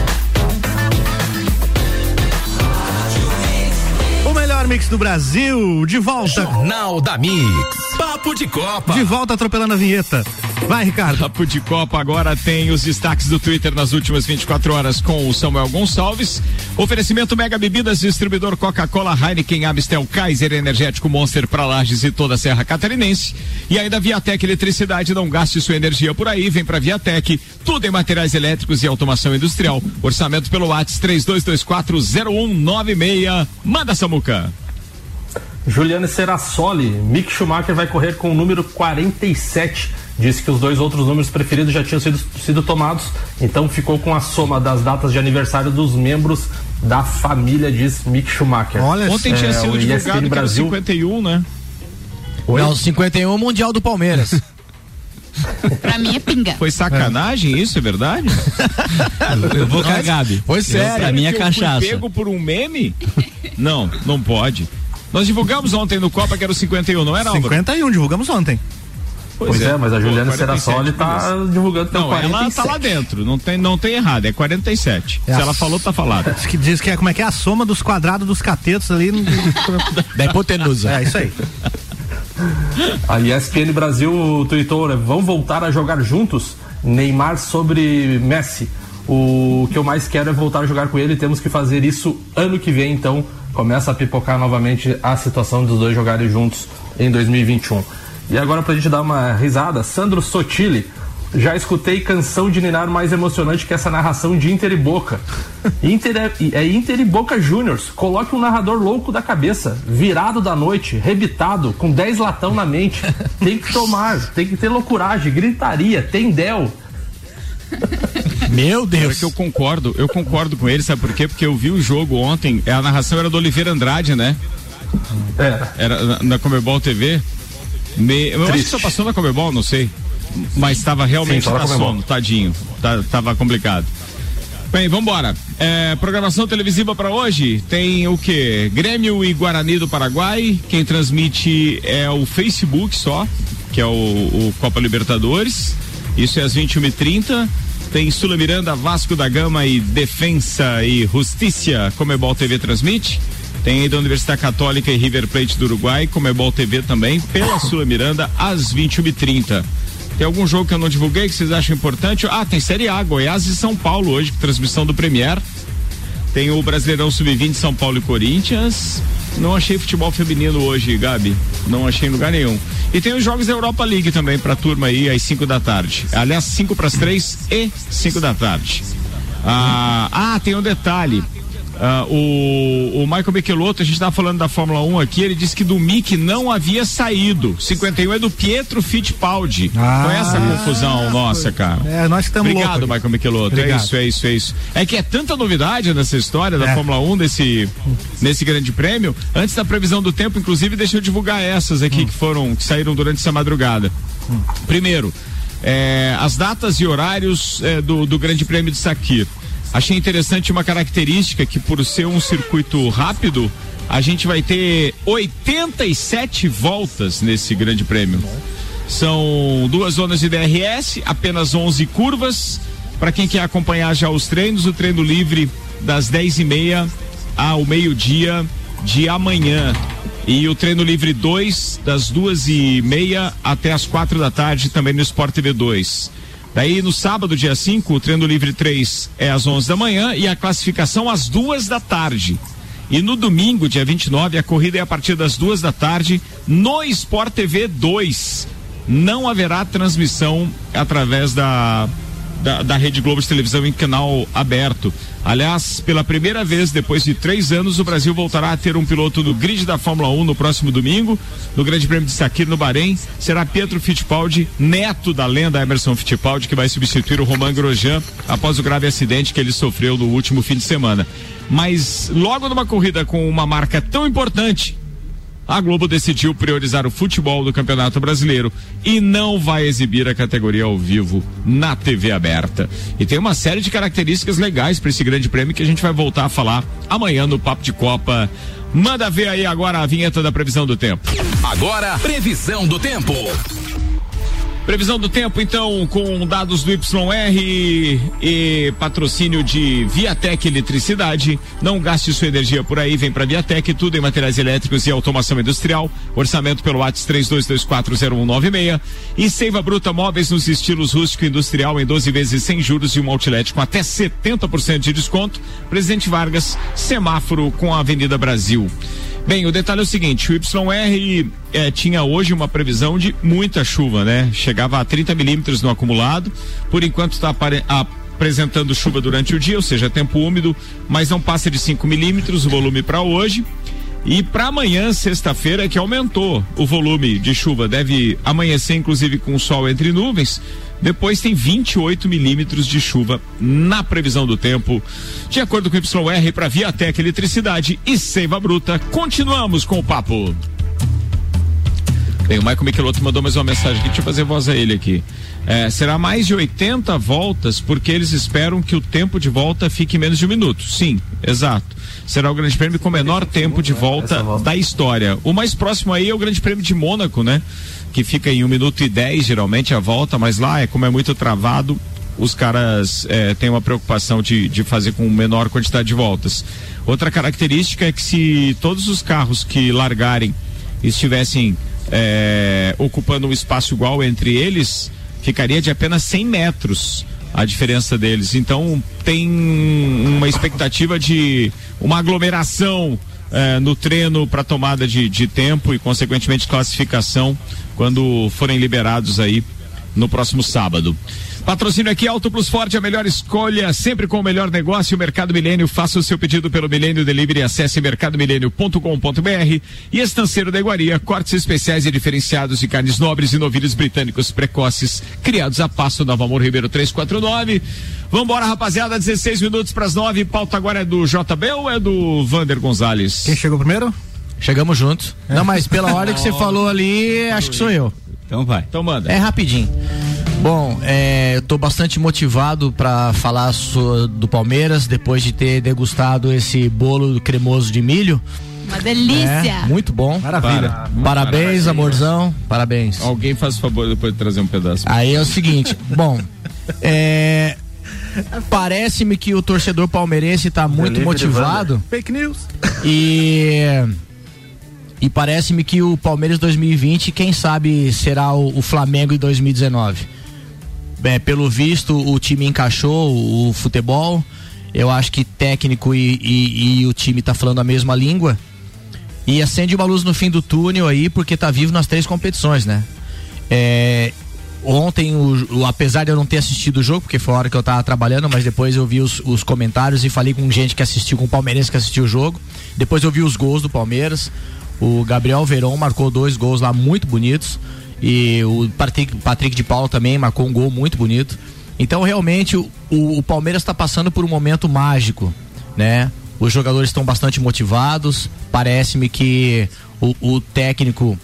Melhor mix do Brasil, de volta. Jornal da Mix, Papo de Copa. De volta atropelando a vinheta. Vai, Ricardo. Papo de Copa agora tem os destaques do Twitter nas últimas vinte e quatro horas com o Samuel Gonçalves. Oferecimento Mega Bebidas, distribuidor Coca-Cola, Heineken, Amstel, Kaiser, Energético Monster para Lages e toda a Serra Catarinense. E ainda Viatec Eletricidade, não gaste sua energia por aí, vem pra Viatec, tudo em materiais elétricos e automação industrial. Orçamento pelo WhatsApp três dois dois quatro zero um nove seis. Manda, Samuca. Juliane Serassoli, Mick Schumacher vai correr com o número quarenta e sete. Disse que os dois outros números preferidos já tinham sido, sido tomados, então ficou com a soma das datas de aniversário dos membros da família, diz Mick Schumacher. Olha, ontem é, tinha sido divulgado que Brasil... era cinquenta e um, né? Oi? Não, cinquenta e um é o Mundial do Palmeiras. Pra mim é pinga. Foi sacanagem, é. Isso é verdade? Eu vou cagar, Gabi. Foi sério. Pra mim é cachaça. Fui pego por um meme? Não, não pode. Nós divulgamos ontem no Copa que era o cinquenta e um, não era, Álvaro? cinquenta e um, divulgamos ontem. Pois, pois é, é, mas a Juliana Serasoli tá divulgando teu não, quarenta e sete. Ela tá lá dentro, não tem, não tem errado, é quarenta e sete. É. Se ela falou, tá falado. Diz que, diz que é como é que é a soma dos quadrados dos catetos ali. No... da hipotenusa. É, isso aí. A E S P N Brasil tweetou, né? Vão voltar a jogar juntos? Neymar sobre Messi. O que eu mais quero é voltar a jogar com ele, temos que fazer isso ano que vem, então começa a pipocar novamente a situação dos dois jogarem juntos em dois mil e vinte e um. E agora, pra gente dar uma risada, Sandro Sotile: já escutei canção de Ninar mais emocionante que essa narração de Inter e Boca. Inter é, é Inter e Boca Juniors. Coloque um narrador louco da cabeça, virado da noite, rebitado, com dez latão na mente. Tem que tomar, tem que ter loucuragem, gritaria, tem del. Meu Deus. É que eu concordo, eu concordo com ele, sabe por quê? Porque eu vi o jogo ontem, a narração era do Oliveira Andrade, né? Era. Era na, na Comebol T V. Me, eu Triste. acho que só passou na Comebol, não sei. Mas estava realmente na sono, tadinho. Tá, tava complicado. Bem, vambora. É, programação televisiva para hoje tem o quê? Grêmio e Guarani do Paraguai. Quem transmite é o Facebook só, que é o, o Copa Libertadores. Isso é às vinte e uma e trinta. Tem Sula Miranda, Vasco da Gama e Defensa e Justiça. Comebol T V transmite. Tem aí da Universidade Católica e River Plate do Uruguai, Comebol T V também, pela Sula Miranda, às vinte e uma e trinta. Tem algum jogo que eu não divulguei que vocês acham importante? Ah, tem Série A, Goiás e São Paulo hoje, transmissão do Premier. Tem o Brasileirão sub vinte, São Paulo e Corinthians. Não achei futebol feminino hoje, Gabi. Não achei em lugar nenhum. E tem os jogos da Europa League também pra turma aí, às cinco da tarde. Aliás, cinco para as três e cinco da tarde. Ah, ah, tem um detalhe. Uh, o, o Michael Michelotto, a gente estava falando da Fórmula um aqui, ele disse que do Mick não havia saído. cinquenta e um é do Pietro Fittipaldi. Ah, foi essa a confusão nossa, cara. É, nós estamos Obrigado, loucos, Michael Michelotto. É isso, é isso, é isso. É que é tanta novidade nessa história da é. Fórmula um, desse, nesse grande prêmio. Antes da previsão do tempo, inclusive, deixa eu divulgar essas aqui hum. que foram, que saíram durante essa madrugada. Hum. Primeiro, é, as datas e horários é, do, do grande prêmio de Sakir. Achei interessante uma característica que, por ser um circuito rápido, a gente vai ter oitenta e sete voltas nesse grande prêmio. São duas zonas de D R S, apenas onze curvas. Para quem quer acompanhar já os treinos, o treino livre das dez e meia ao meio-dia de amanhã. E o treino livre dois, das duas e meia até as quatro da tarde, também no Sport T V dois. Daí no sábado, dia cinco, o treino livre três é às onze da manhã e a classificação às duas da tarde. E no domingo, dia vinte e nove, a corrida é a partir das duas da tarde no Sport T V dois. Não haverá transmissão através da, da, da Rede Globo de televisão em canal aberto. Aliás, pela primeira vez, depois de três anos, o Brasil voltará a ter um piloto no grid da Fórmula um no próximo domingo, no Grande Prêmio de Sakir, no Bahrein. Será Pietro Fittipaldi, neto da lenda Emerson Fittipaldi, que vai substituir o Romain Grosjean após o grave acidente que ele sofreu no último fim de semana. Mas logo numa corrida com uma marca tão importante, a Globo decidiu priorizar o futebol do Campeonato Brasileiro e não vai exibir a categoria ao vivo na T V aberta. E tem uma série de características legais para esse grande prêmio que a gente vai voltar a falar amanhã no Papo de Copa. Manda ver aí agora a vinheta da previsão do tempo. Agora, previsão do tempo. Previsão do tempo, então, com dados do Y R e patrocínio de Viatec Eletricidade. Não gaste sua energia por aí, vem pra Viatec, tudo em materiais elétricos e automação industrial. Orçamento pelo WhatsApp três dois dois quatro zero um nove seis. E Seiva Bruta Móveis nos estilos rústico e industrial em doze vezes sem juros e um outlet com até setenta por cento de desconto. Presidente Vargas, semáforo com a Avenida Brasil. Bem, o detalhe é o seguinte, o Y R é, tinha hoje uma previsão de muita chuva, né? Chegava a trinta milímetros no acumulado, por enquanto está apresentando chuva durante o dia, ou seja, tempo úmido, mas não passa de cinco milímetros o volume para hoje. E para amanhã, sexta-feira, que aumentou o volume de chuva, deve amanhecer inclusive com sol entre nuvens. Depois tem vinte e oito milímetros de chuva na previsão do tempo, de acordo com o Y R para Viatec Eletricidade e Seiva Bruta. Continuamos com o papo. Bem, o Michael Michelotto mandou mais uma mensagem aqui, deixa eu fazer voz a ele aqui. É, será mais de oitenta voltas porque eles esperam que o tempo de volta fique menos de um minuto. Sim, exato. Será o Grande Prêmio com o menor tempo de volta da história. O mais próximo aí é o Grande Prêmio de Mônaco, né? Que fica em um minuto e dez geralmente a volta, mas lá é como é muito travado, os caras é, têm uma preocupação de, de fazer com menor quantidade de voltas. Outra característica é que se todos os carros que largarem estivessem é, ocupando um espaço igual entre eles, ficaria de apenas cem metros a diferença deles. Então tem uma expectativa de uma aglomeração é, no treino para tomada de, de tempo e consequentemente classificação quando forem liberados aí no próximo sábado. Patrocínio aqui, Auto Plus Ford, a melhor escolha, sempre com o melhor negócio, Mercado Milênio. Faça o seu pedido pelo Milênio Delivery, acesse mercado milênio ponto com ponto b r. E Estanceiro da Iguaria, cortes especiais e diferenciados de carnes nobres e novilhos britânicos precoces, criados a pasto, Nova Amor Ribeiro trezentos e quarenta e nove. Vambora, rapaziada, dezesseis minutos para as nove. Pauta agora é do J B ou é do Vander Gonzalez? Quem chegou primeiro? Chegamos juntos. É. Não, mas pela hora que você falou ali, acho que sou eu. Então vai. Então manda. É rapidinho. Bom, é, eu tô bastante motivado para falar so, do Palmeiras depois de ter degustado esse bolo cremoso de milho. Uma delícia. É, muito bom. Maravilha. Para, parabéns, maravilha. Amorzão. Parabéns. Alguém faz o favor depois de trazer um pedaço. Aí é o seguinte, bom, é, parece-me que o torcedor palmeirense tá muito motivado. Fake news. E e parece-me que o Palmeiras dois mil e vinte, quem sabe será o, o Flamengo em dois mil e dezenove. É, pelo visto, o time encaixou o, o futebol. Eu acho que técnico e, e, e o time tá falando a mesma língua. E acende uma luz no fim do túnel aí, porque tá vivo nas três competições, né? É, ontem, o, o, apesar de eu não ter assistido o jogo, porque foi a hora que eu tava trabalhando, mas depois eu vi os, os comentários e falei com gente que assistiu, com o palmeirense que assistiu o jogo. Depois eu vi os gols do Palmeiras. O Gabriel Veron marcou dois gols lá muito bonitos. E o Patrick, Patrick de Paula também marcou um gol muito bonito. Então realmente o, o, o Palmeiras está passando por um momento mágico, né? Os jogadores estão bastante motivados. Parece-me que o, o técnico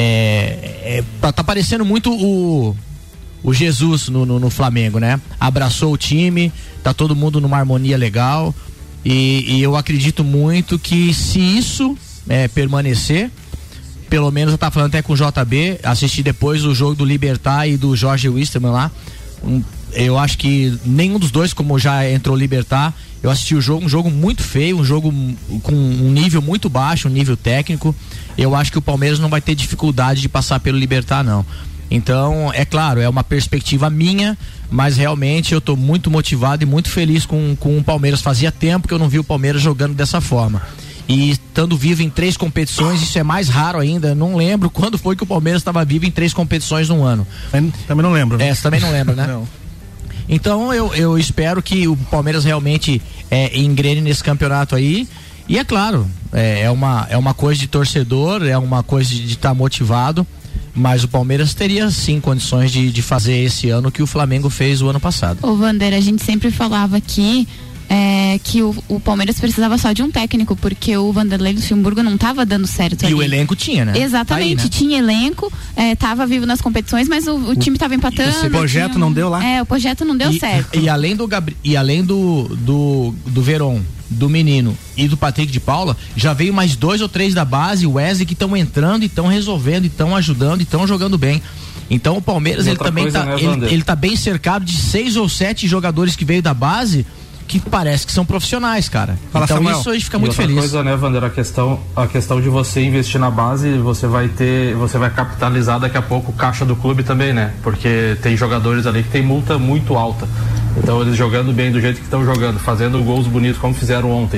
é, é, tá, tá parecendo muito o, o Jesus no, no, no Flamengo, né? Abraçou o time, tá todo mundo numa harmonia legal. E, e eu acredito muito que se isso é, permanecer, pelo menos eu tava falando até com o J B, assisti depois o jogo do Libertar e do Jorge Wisterman lá. Um, eu acho que nenhum dos dois, como já entrou Libertar, eu assisti o jogo, um jogo muito feio, um jogo com um nível muito baixo, um nível técnico. Eu acho que o Palmeiras não vai ter dificuldade de passar pelo Libertar, não. Então, é claro, é uma perspectiva minha, mas realmente eu tô muito motivado e muito feliz com, com o Palmeiras. Fazia tempo que eu não vi o Palmeiras jogando dessa forma. E estando vivo em três competições, isso é mais raro ainda. Eu não lembro quando foi que o Palmeiras estava vivo em três competições num ano. Também não lembro. É, você também não lembra, né? Não. Então eu, eu espero que o Palmeiras realmente é, engrene nesse campeonato aí. E é claro, é, é, uma, é uma coisa de torcedor, é uma coisa de estar tá motivado. Mas o Palmeiras teria sim condições de, de fazer esse ano o que o Flamengo fez o ano passado. Ô Vander, a gente sempre falava aqui É, que o, o Palmeiras precisava só de um técnico, porque o Vanderlei Luxemburgo não estava dando certo. E ali. o elenco tinha, né? Exatamente, tá aí, né? Tinha elenco, estava é, vivo nas competições, mas o, o time estava empatando. O projeto tinha, não deu lá. É, o projeto não deu e, certo. E além do Gabri, e além do, do, do Veron, do Menino e do Patrick de Paula, já veio mais dois ou três da base, o Wesley, que estão entrando e estão resolvendo, e estão ajudando, e estão jogando bem. Então o Palmeiras, ele também coisa, tá, né, ele, ele tá bem cercado de seis ou sete jogadores que veio da base, que parece que são profissionais, cara. Fala, então Samuel. Isso a gente fica muito outra feliz. Coisa, né, Vander, a questão, a questão de você investir na base, você vai ter, você vai capitalizar daqui a pouco o caixa do clube também, né? Porque tem jogadores ali que tem multa muito alta. Então eles jogando bem do jeito que estão jogando, fazendo gols bonitos como fizeram ontem.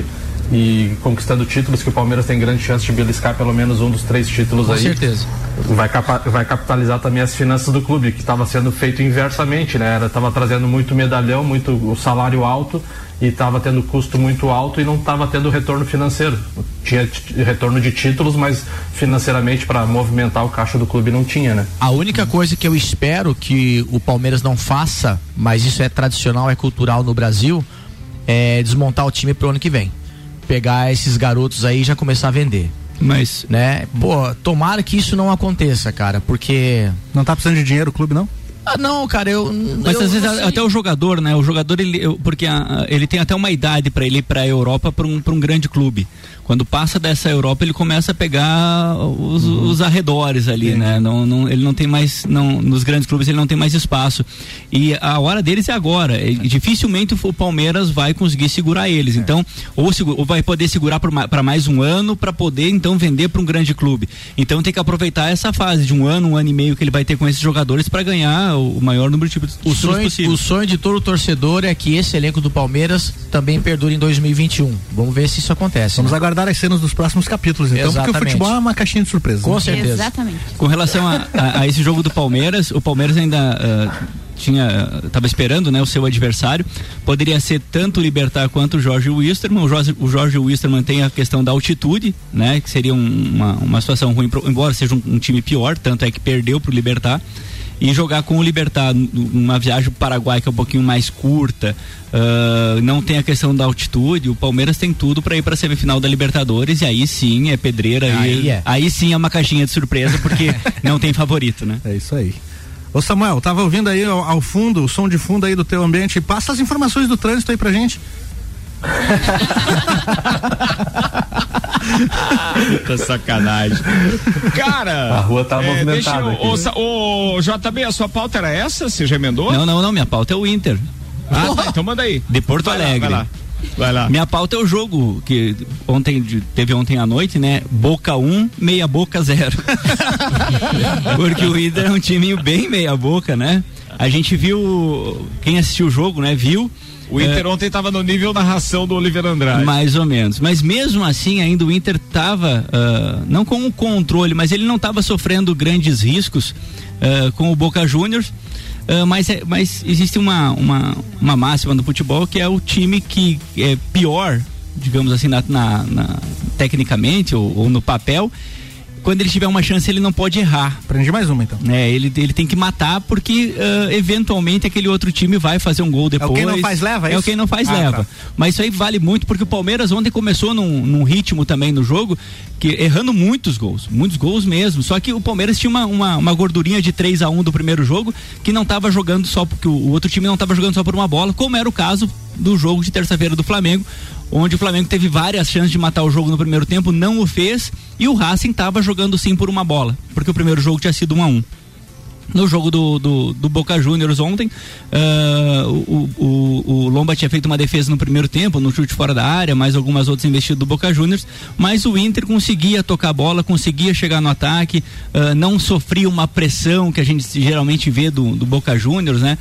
e conquistando títulos, que o Palmeiras tem grande chance de beliscar pelo menos um dos três títulos. Com aí. Com certeza. Vai, capa, vai capitalizar também as finanças do clube, que estava sendo feito inversamente, né? Estava trazendo muito medalhão, muito o salário alto, e estava tendo custo muito alto e não estava tendo retorno financeiro. Tinha t- retorno de títulos, mas financeiramente para movimentar o caixa do clube não tinha, né? A única coisa que eu espero que o Palmeiras não faça, mas isso é tradicional, é cultural no Brasil, é desmontar o time pro ano que vem. Pegar esses garotos aí e já começar a vender. Mas, né? Pô, tomara que isso não aconteça, cara, porque... Não tá precisando de dinheiro o clube, não? Ah, não, cara, eu... Mas eu, às vezes eu até o jogador, né? O jogador, ele, eu, porque a, ele tem até uma idade para ele ir pra Europa, pra um, pra um grande clube. Quando passa dessa Europa, ele começa a pegar os, uhum. os arredores ali, Sim. né? Não, não, ele não tem mais, não, nos grandes clubes ele não tem mais espaço. E a hora deles é agora. E, dificilmente o Palmeiras vai conseguir segurar eles. É. Então, ou, ou vai poder segurar para mais um ano para poder então vender para um grande clube. Então tem que aproveitar essa fase de um ano, um ano e meio que ele vai ter com esses jogadores para ganhar o maior número de títulos o sonho, possível. O sonho de todo torcedor é que esse elenco do Palmeiras também perdure em dois mil e vinte e um. Vamos ver se isso acontece. Vamos né? aguardar as cenas dos próximos capítulos, então, Exatamente. Porque o futebol é uma caixinha de surpresa. Com né? certeza. Exatamente. Com relação a, a, a esse jogo do Palmeiras, o Palmeiras ainda uh, tinha, estava esperando, né, o seu adversário. Poderia ser tanto o Libertad quanto o Jorge Wilstermann. O Jorge, o Jorge Wilstermann tem a questão da altitude, né, que seria um, uma, uma situação ruim, pro, embora seja um, um time pior, tanto é que perdeu pro Libertad. E jogar com o Libertad numa viagem pro Paraguai que é um pouquinho mais curta, uh, não tem a questão da altitude, o Palmeiras tem tudo para ir para a semifinal da Libertadores, e aí sim é pedreira, aí, e, é. aí sim é uma caixinha de surpresa, porque não tem favorito, né? É isso aí. Ô Samuel, tava ouvindo aí ao, ao fundo, o som de fundo aí do teu ambiente, passa as informações do trânsito aí pra gente. Tá sacanagem. Cara, a rua tá é, movimentada. Deixa eu, o, o J B, a sua pauta era essa? Você já emendou? Não, não, não, minha pauta é o Inter. Ah, tá, então manda aí. De Porto vai Alegre. Lá, vai lá. Vai lá. Minha pauta é o jogo que ontem teve ontem à noite, né? Boca um, meia boca zero. Porque o Inter é um time bem meia boca, né? A gente viu, quem assistiu o jogo, né? Viu. O Inter é, ontem estava no nível narração do Oliver Andrade. Mais ou menos. Mas mesmo assim, ainda o Inter estava, uh, não com o controle, mas ele não estava sofrendo grandes riscos uh, com o Boca Juniors. Uh, mas, é, mas existe uma, uma, uma máxima no futebol que é o time que é pior, digamos assim, na, na, na, tecnicamente ou, ou no papel. Quando ele tiver uma chance, ele não pode errar. Prende mais uma, então. É, ele, ele tem que matar porque uh, eventualmente aquele outro time vai fazer um gol depois. É o quem não faz leva, é, é o quem não faz ah, leva. Tá. Mas isso aí vale muito porque o Palmeiras ontem começou num, num ritmo também no jogo, que errando muitos gols, muitos gols mesmo. Só que o Palmeiras tinha uma, uma, uma gordurinha de três a um do primeiro jogo, que não estava jogando só porque o, o outro time não estava jogando só por uma bola, como era o caso do jogo de terça-feira do Flamengo, onde o Flamengo teve várias chances de matar o jogo no primeiro tempo, não o fez, e o Racing estava jogando sim por uma bola, porque o primeiro jogo tinha sido um a um. No jogo do, do, do Boca Juniors ontem, uh, o, o, o Lomba tinha feito uma defesa no primeiro tempo, no chute fora da área, mais algumas outras investidas do Boca Juniors, mas o Inter conseguia tocar a bola, conseguia chegar no ataque, uh, não sofria uma pressão que a gente geralmente vê do, do Boca Juniors, né?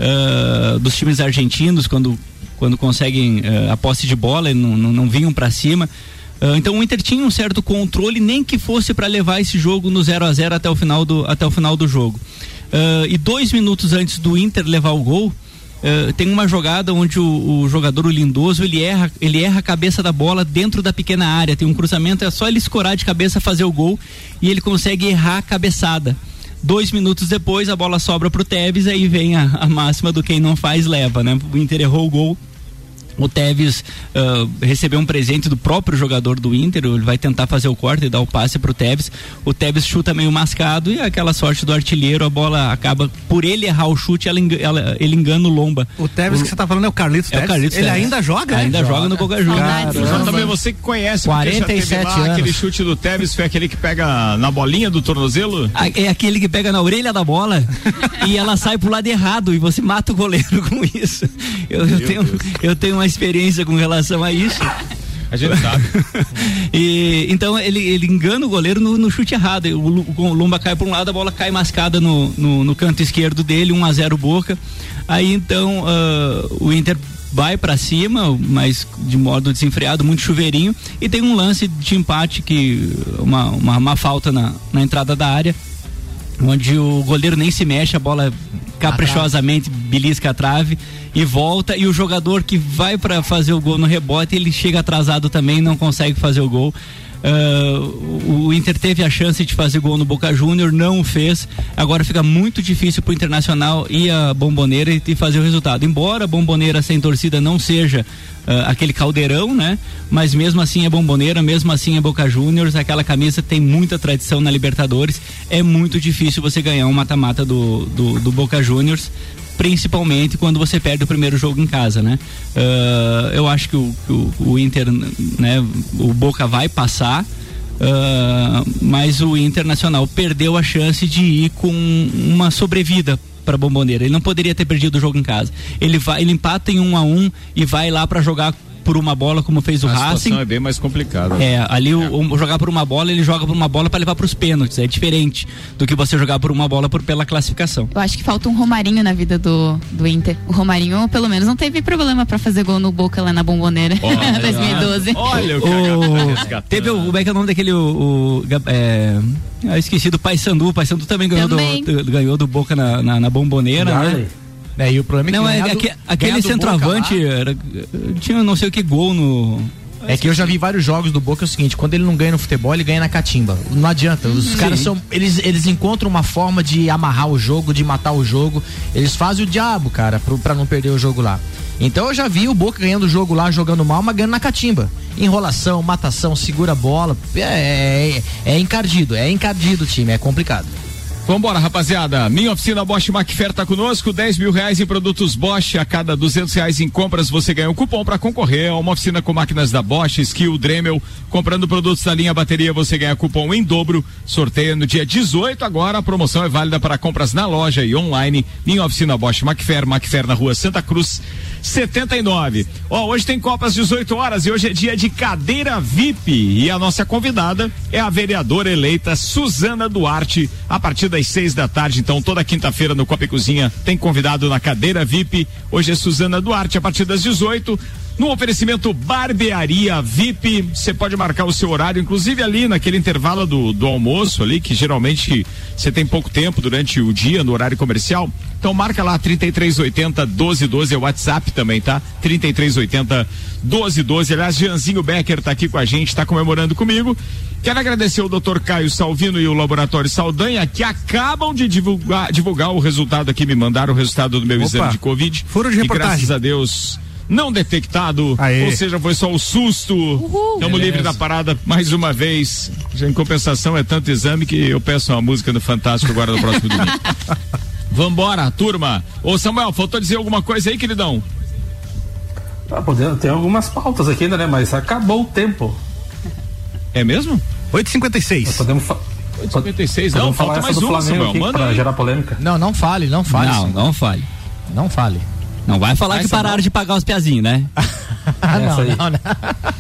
Uh, dos times argentinos, quando, quando conseguem uh, a posse de bola e não, não, não vinham para cima. Uh, então o Inter tinha um certo controle, nem que fosse para levar esse jogo no zero a zero até o final do, até o final do jogo. Uh, e dois minutos antes do Inter levar o gol, uh, tem uma jogada onde o, o jogador, o Lindoso, ele erra, ele erra a cabeça da bola dentro da pequena área. Tem um cruzamento, é só ele escorar de cabeça, fazer o gol, e ele consegue errar a cabeçada. Dois minutos depois a bola sobra pro Tevez, aí vem a, a máxima do quem não faz leva, né? O Inter errou o gol. O Tevez uh, recebeu um presente do próprio jogador do Inter, ele vai tentar fazer o corte e dar o passe pro Tevez. O Tevez chuta meio mascado e aquela sorte do artilheiro, a bola acaba, por ele errar o chute, ela, ela, ele engana o Lomba. O Tevez o, que você tá falando é o Carlitos é Tevez? O Carlitos ele Tevez. ainda joga, Ainda é? joga, joga no Boca Juniors. Também você que conhece, quarenta e sete lá, anos. Aquele chute do Tevez foi aquele que pega na bolinha do tornozelo? É aquele que pega na orelha da bola e ela sai pro lado errado e você mata o goleiro com isso. Eu, eu, tenho, eu tenho uma experiência com relação a isso. A gente sabe. E, então ele, ele engana o goleiro no, no chute errado. O, o Lomba cai para um lado, a bola cai mascada no, no, no canto esquerdo dele, um a zero Boca. Aí então uh, o Inter vai para cima, mas de modo desenfreado, muito chuveirinho, e tem um lance de empate, que uma, uma, uma falta na, na entrada da área, onde o goleiro nem se mexe, a bola caprichosamente belisca a trave e volta, e o jogador que vai para fazer o gol no rebote, ele chega atrasado também e não consegue fazer o gol. Uh, o Inter teve a chance de fazer gol no Boca Júnior, não o fez. Agora fica muito difícil pro Internacional ir à Bomboneira e, e fazer o resultado. Embora a Bomboneira sem torcida não seja uh, aquele caldeirão, né? Mas mesmo assim é Bomboneira, mesmo assim é Boca Juniors. Aquela camisa tem muita tradição na Libertadores. É muito difícil você ganhar um mata-mata do, do, do Boca Juniors, principalmente quando você perde o primeiro jogo em casa, né? Uh, eu acho que o, o, o Inter, né, o Boca vai passar, uh, mas o Internacional perdeu a chance de ir com uma sobrevida para Bomboneira. Ele não poderia ter perdido o jogo em casa. Ele vai, ele empata em um a um e vai lá para jogar por uma bola, como fez o a Racing. A situação é bem mais complicada. É, ali o, o jogar por uma bola, ele joga por uma bola para levar para os pênaltis. É diferente do que você jogar por uma bola por, pela classificação. Eu acho que falta um Romarinho na vida do, do Inter. O Romarinho, pelo menos, não teve problema para fazer gol no Boca lá na Bomboneira, em dois mil e doze. Olha o que o, teve o, como é que é o nome daquele, o, o é, eu esqueci do Paysandu. O Paysandu também ganhou, também. Do, do, ganhou do Boca na, na, na Bomboneira, né? É, e o problema é que não, é, do, aquele centroavante era, tinha não sei o que gol no. É que eu já vi vários jogos do Boca, é o seguinte: quando ele não ganha no futebol, ele ganha na catimba. Não adianta, os Sim. caras são, eles, eles encontram uma forma de amarrar o jogo, de matar o jogo. Eles fazem o diabo, cara, pro, pra não perder o jogo lá. Então eu já vi o Boca ganhando o jogo lá, jogando mal, mas ganhando na catimba. Enrolação, matação, segura a bola, é, é, é encardido, é encardido o time, é complicado. Vambora, rapaziada. Minha oficina Bosch Macfer tá conosco, dez mil reais em produtos Bosch. A cada duzentos reais em compras você ganha um cupom para concorrer a uma oficina com máquinas da Bosch, Skill, Dremel. Comprando produtos da linha bateria você ganha cupom em dobro. Sorteio no dia dezoito. Agora a promoção é válida para compras na loja e online. Minha oficina Bosch Macfer, Macfer na rua Santa Cruz setenta e nove. Ó, hoje tem Copa às dezoito horas e hoje é dia de cadeira V I P. E a nossa convidada é a vereadora eleita Suzana Duarte, a partir das seis da tarde. Então, toda quinta-feira no Copa e Cozinha tem convidado na cadeira V I P. Hoje é Suzana Duarte, a partir das dezoito. No oferecimento Barbearia V I P, você pode marcar o seu horário, inclusive ali naquele intervalo do, do almoço ali, que geralmente você tem pouco tempo durante o dia no horário comercial. Então marca lá trinta e três oitenta, doze doze, é o WhatsApp também, tá? trinta e três oitenta, doze doze. Aliás, Jeanzinho Becker tá aqui com a gente, tá comemorando comigo. Quero agradecer o doutor Caio Salvino e o Laboratório Saldanha, que acabam de divulgar, divulgar o resultado aqui, me mandaram o resultado do meu Opa, exame de Covid. Furo de reportagem. E graças a Deus não detectado, Aê. Ou seja, foi só o susto. Estamos livres da parada mais uma vez. Em compensação, é tanto exame que eu peço uma música no Fantástico agora no próximo domingo. Vambora, turma. Ô Samuel, faltou dizer alguma coisa aí, queridão? Tá podendo, tem algumas pautas aqui ainda, né? Mas acabou o tempo. É mesmo? oito e cinquenta e seis. Podemos fa- oito e cinquenta e seis, não, falar falta mais do uma, Flamengo Samuel. Manda pra aí. gerar polêmica. Não, não fale, não fale. Não, sim. não fale. Não fale. Não vai falar Vai, que pararam Samuel. de pagar os piazinhos, né? não, aí. não, não.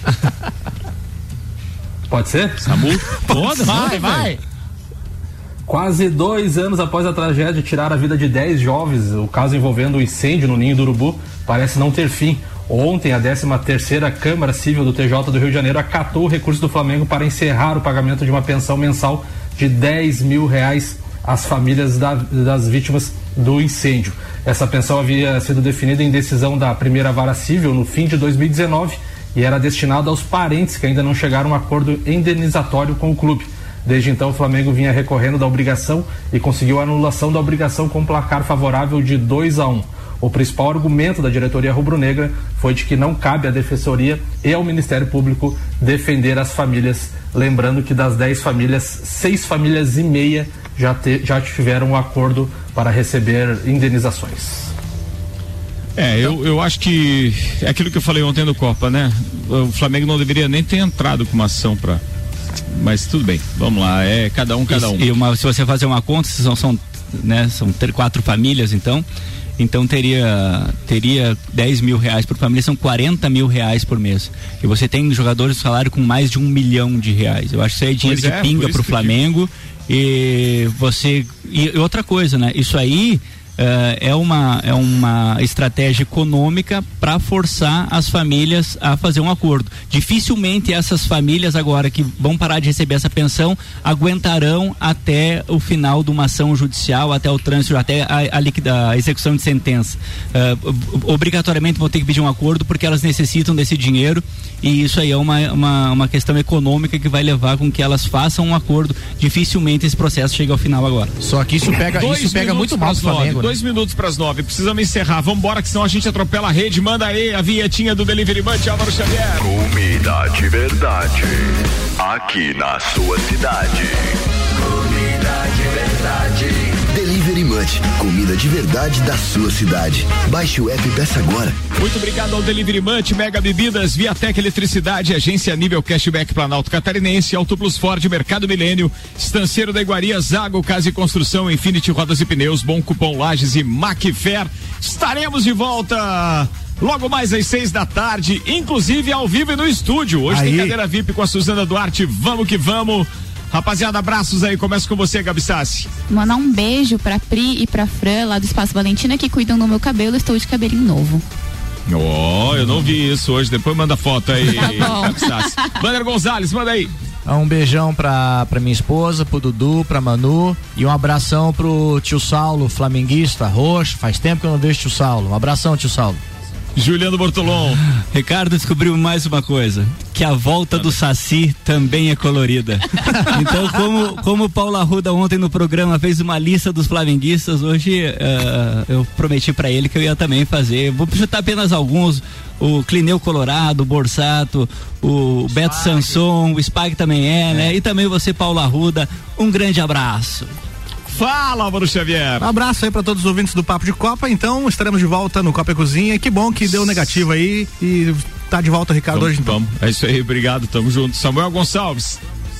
Pode ser? Samu, pode, Vai, vai. Quase dois anos após a tragédia de tirar a vida de dez jovens, o caso envolvendo o incêndio no Ninho do Urubu parece não ter fim. Ontem, a décima terceira Câmara Civil do T J do Rio de Janeiro acatou o recurso do Flamengo para encerrar o pagamento de uma pensão mensal de dez mil reais às famílias da, das vítimas do incêndio. Essa pensão havia sido definida em decisão da primeira vara civil no fim de dois mil e dezenove e era destinada aos parentes que ainda não chegaram a um acordo indenizatório com o clube. Desde então, o Flamengo vinha recorrendo da obrigação e conseguiu a anulação da obrigação com placar favorável de dois a um. O principal argumento da diretoria rubro-negra foi de que não cabe à Defensoria e ao Ministério Público defender as famílias. Lembrando que das dez famílias, seis famílias e meia já, te, já tiveram um acordo para receber indenizações. É, eu, eu acho que é aquilo que eu falei ontem no Copa, né? O Flamengo não deveria nem ter entrado com uma ação para. Mas tudo bem, vamos lá, é cada um, cada um. E uma, se você fazer uma conta, são, são né? São ter quatro famílias, então. Então teria teria dez mil reais por família, são quarenta mil reais por mês. E você tem jogadores de salário com mais de um milhão de reais. Eu acho que isso aí é dinheiro Pois de é, pinga por isso pro que Flamengo. E você. E outra coisa, né? Isso aí. Uh, é uma é uma estratégia econômica para forçar as famílias a fazer um acordo. Dificilmente essas famílias agora que vão parar de receber essa pensão aguentarão até o final de uma ação judicial, até o trânsito, até a, a, liquida, a execução de sentença. Uh, obrigatoriamente vão ter que pedir um acordo porque elas necessitam desse dinheiro, e isso aí é uma, uma, uma questão econômica que vai levar com que elas façam um acordo. Dificilmente esse processo chega ao final agora. Só que isso pega, isso pega muito mal pro Flamengo. Dois minutos para as nove. Precisamos encerrar. Vamos embora, que senão a gente atropela a rede. Manda aí a vinhetinha do Delivery Munch, Álvaro Xavier. Comida de verdade. Aqui na sua cidade. Comida de verdade. Delivery Munch. Comida de verdade da sua cidade. Baixe o app e peça agora. Muito obrigado ao Delivery Munch, Mega Bebidas, Viatec Eletricidade, Agência Nível Cashback Planalto Catarinense, Auto Plus Ford, Mercado Milênio, Estanceiro da Iguaria, Zago Casa e Construção, Infinity Rodas e Pneus, Bom Cupom Lages e Macfair. Estaremos de volta logo mais às seis da tarde, inclusive ao vivo e no estúdio. Hoje aí tem cadeira V I P com a Suzana Duarte. Vamos que vamos. Rapaziada, abraços aí. Começa com você, Gabi Sassi. Mandar um beijo pra Pri e pra Fran lá do Espaço Valentina, que cuidam do meu cabelo. Estou de cabelinho novo. Oh, eu não vi isso hoje. Depois manda foto aí, Gabi Sassi. Wander Gonzalez, manda aí. Um beijão pra, pra minha esposa, pro Dudu, pra Manu, e um abração pro tio Saulo, flamenguista, roxo. Faz tempo que eu não vejo tio Saulo. Um abração, tio Saulo. Juliano Bortolom. Ricardo descobriu mais uma coisa, que a volta do Saci também é colorida. Então, como, como o Paulo Arruda ontem no programa fez uma lista dos flamenguistas, hoje uh, eu prometi pra ele que eu ia também fazer. Vou chutar apenas alguns: o Clineu Colorado, o Borsato, o Spag. Beto Sanson, o Spag também é, é, né? E também você, Paulo Arruda. Um grande abraço. Fala, Álvaro Xavier. Um abraço aí pra todos os ouvintes do Papo de Copa. Então, estaremos de volta no Copa e Cozinha. Que bom que deu negativo aí e tá de volta, Ricardo, vamos, hoje então. Vamos. É isso aí, obrigado, tamo junto. Samuel Gonçalves.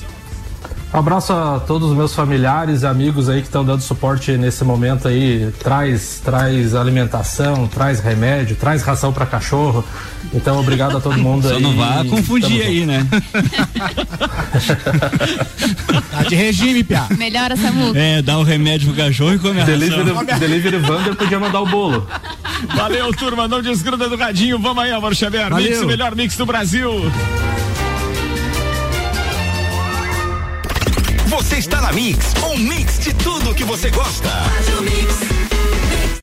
Um abraço a todos os meus familiares e amigos aí que estão dando suporte nesse momento aí. Traz, traz alimentação, traz remédio, traz ração para cachorro. Então, obrigado a todo mundo. Só aí. Não vá confundir aí, né? Tá de regime, piá. Melhora, Samu. É, dá o remédio pro cachorro e come a Delivery, ração. Delivery Wander podia mandar o bolo. Valeu, turma. Não desgruda do radinho. Vamos aí, Álvaro Xavier. Valeu. Mix, o melhor mix do Brasil. Você está na Mix, um mix de tudo que você gosta. Faz o mix.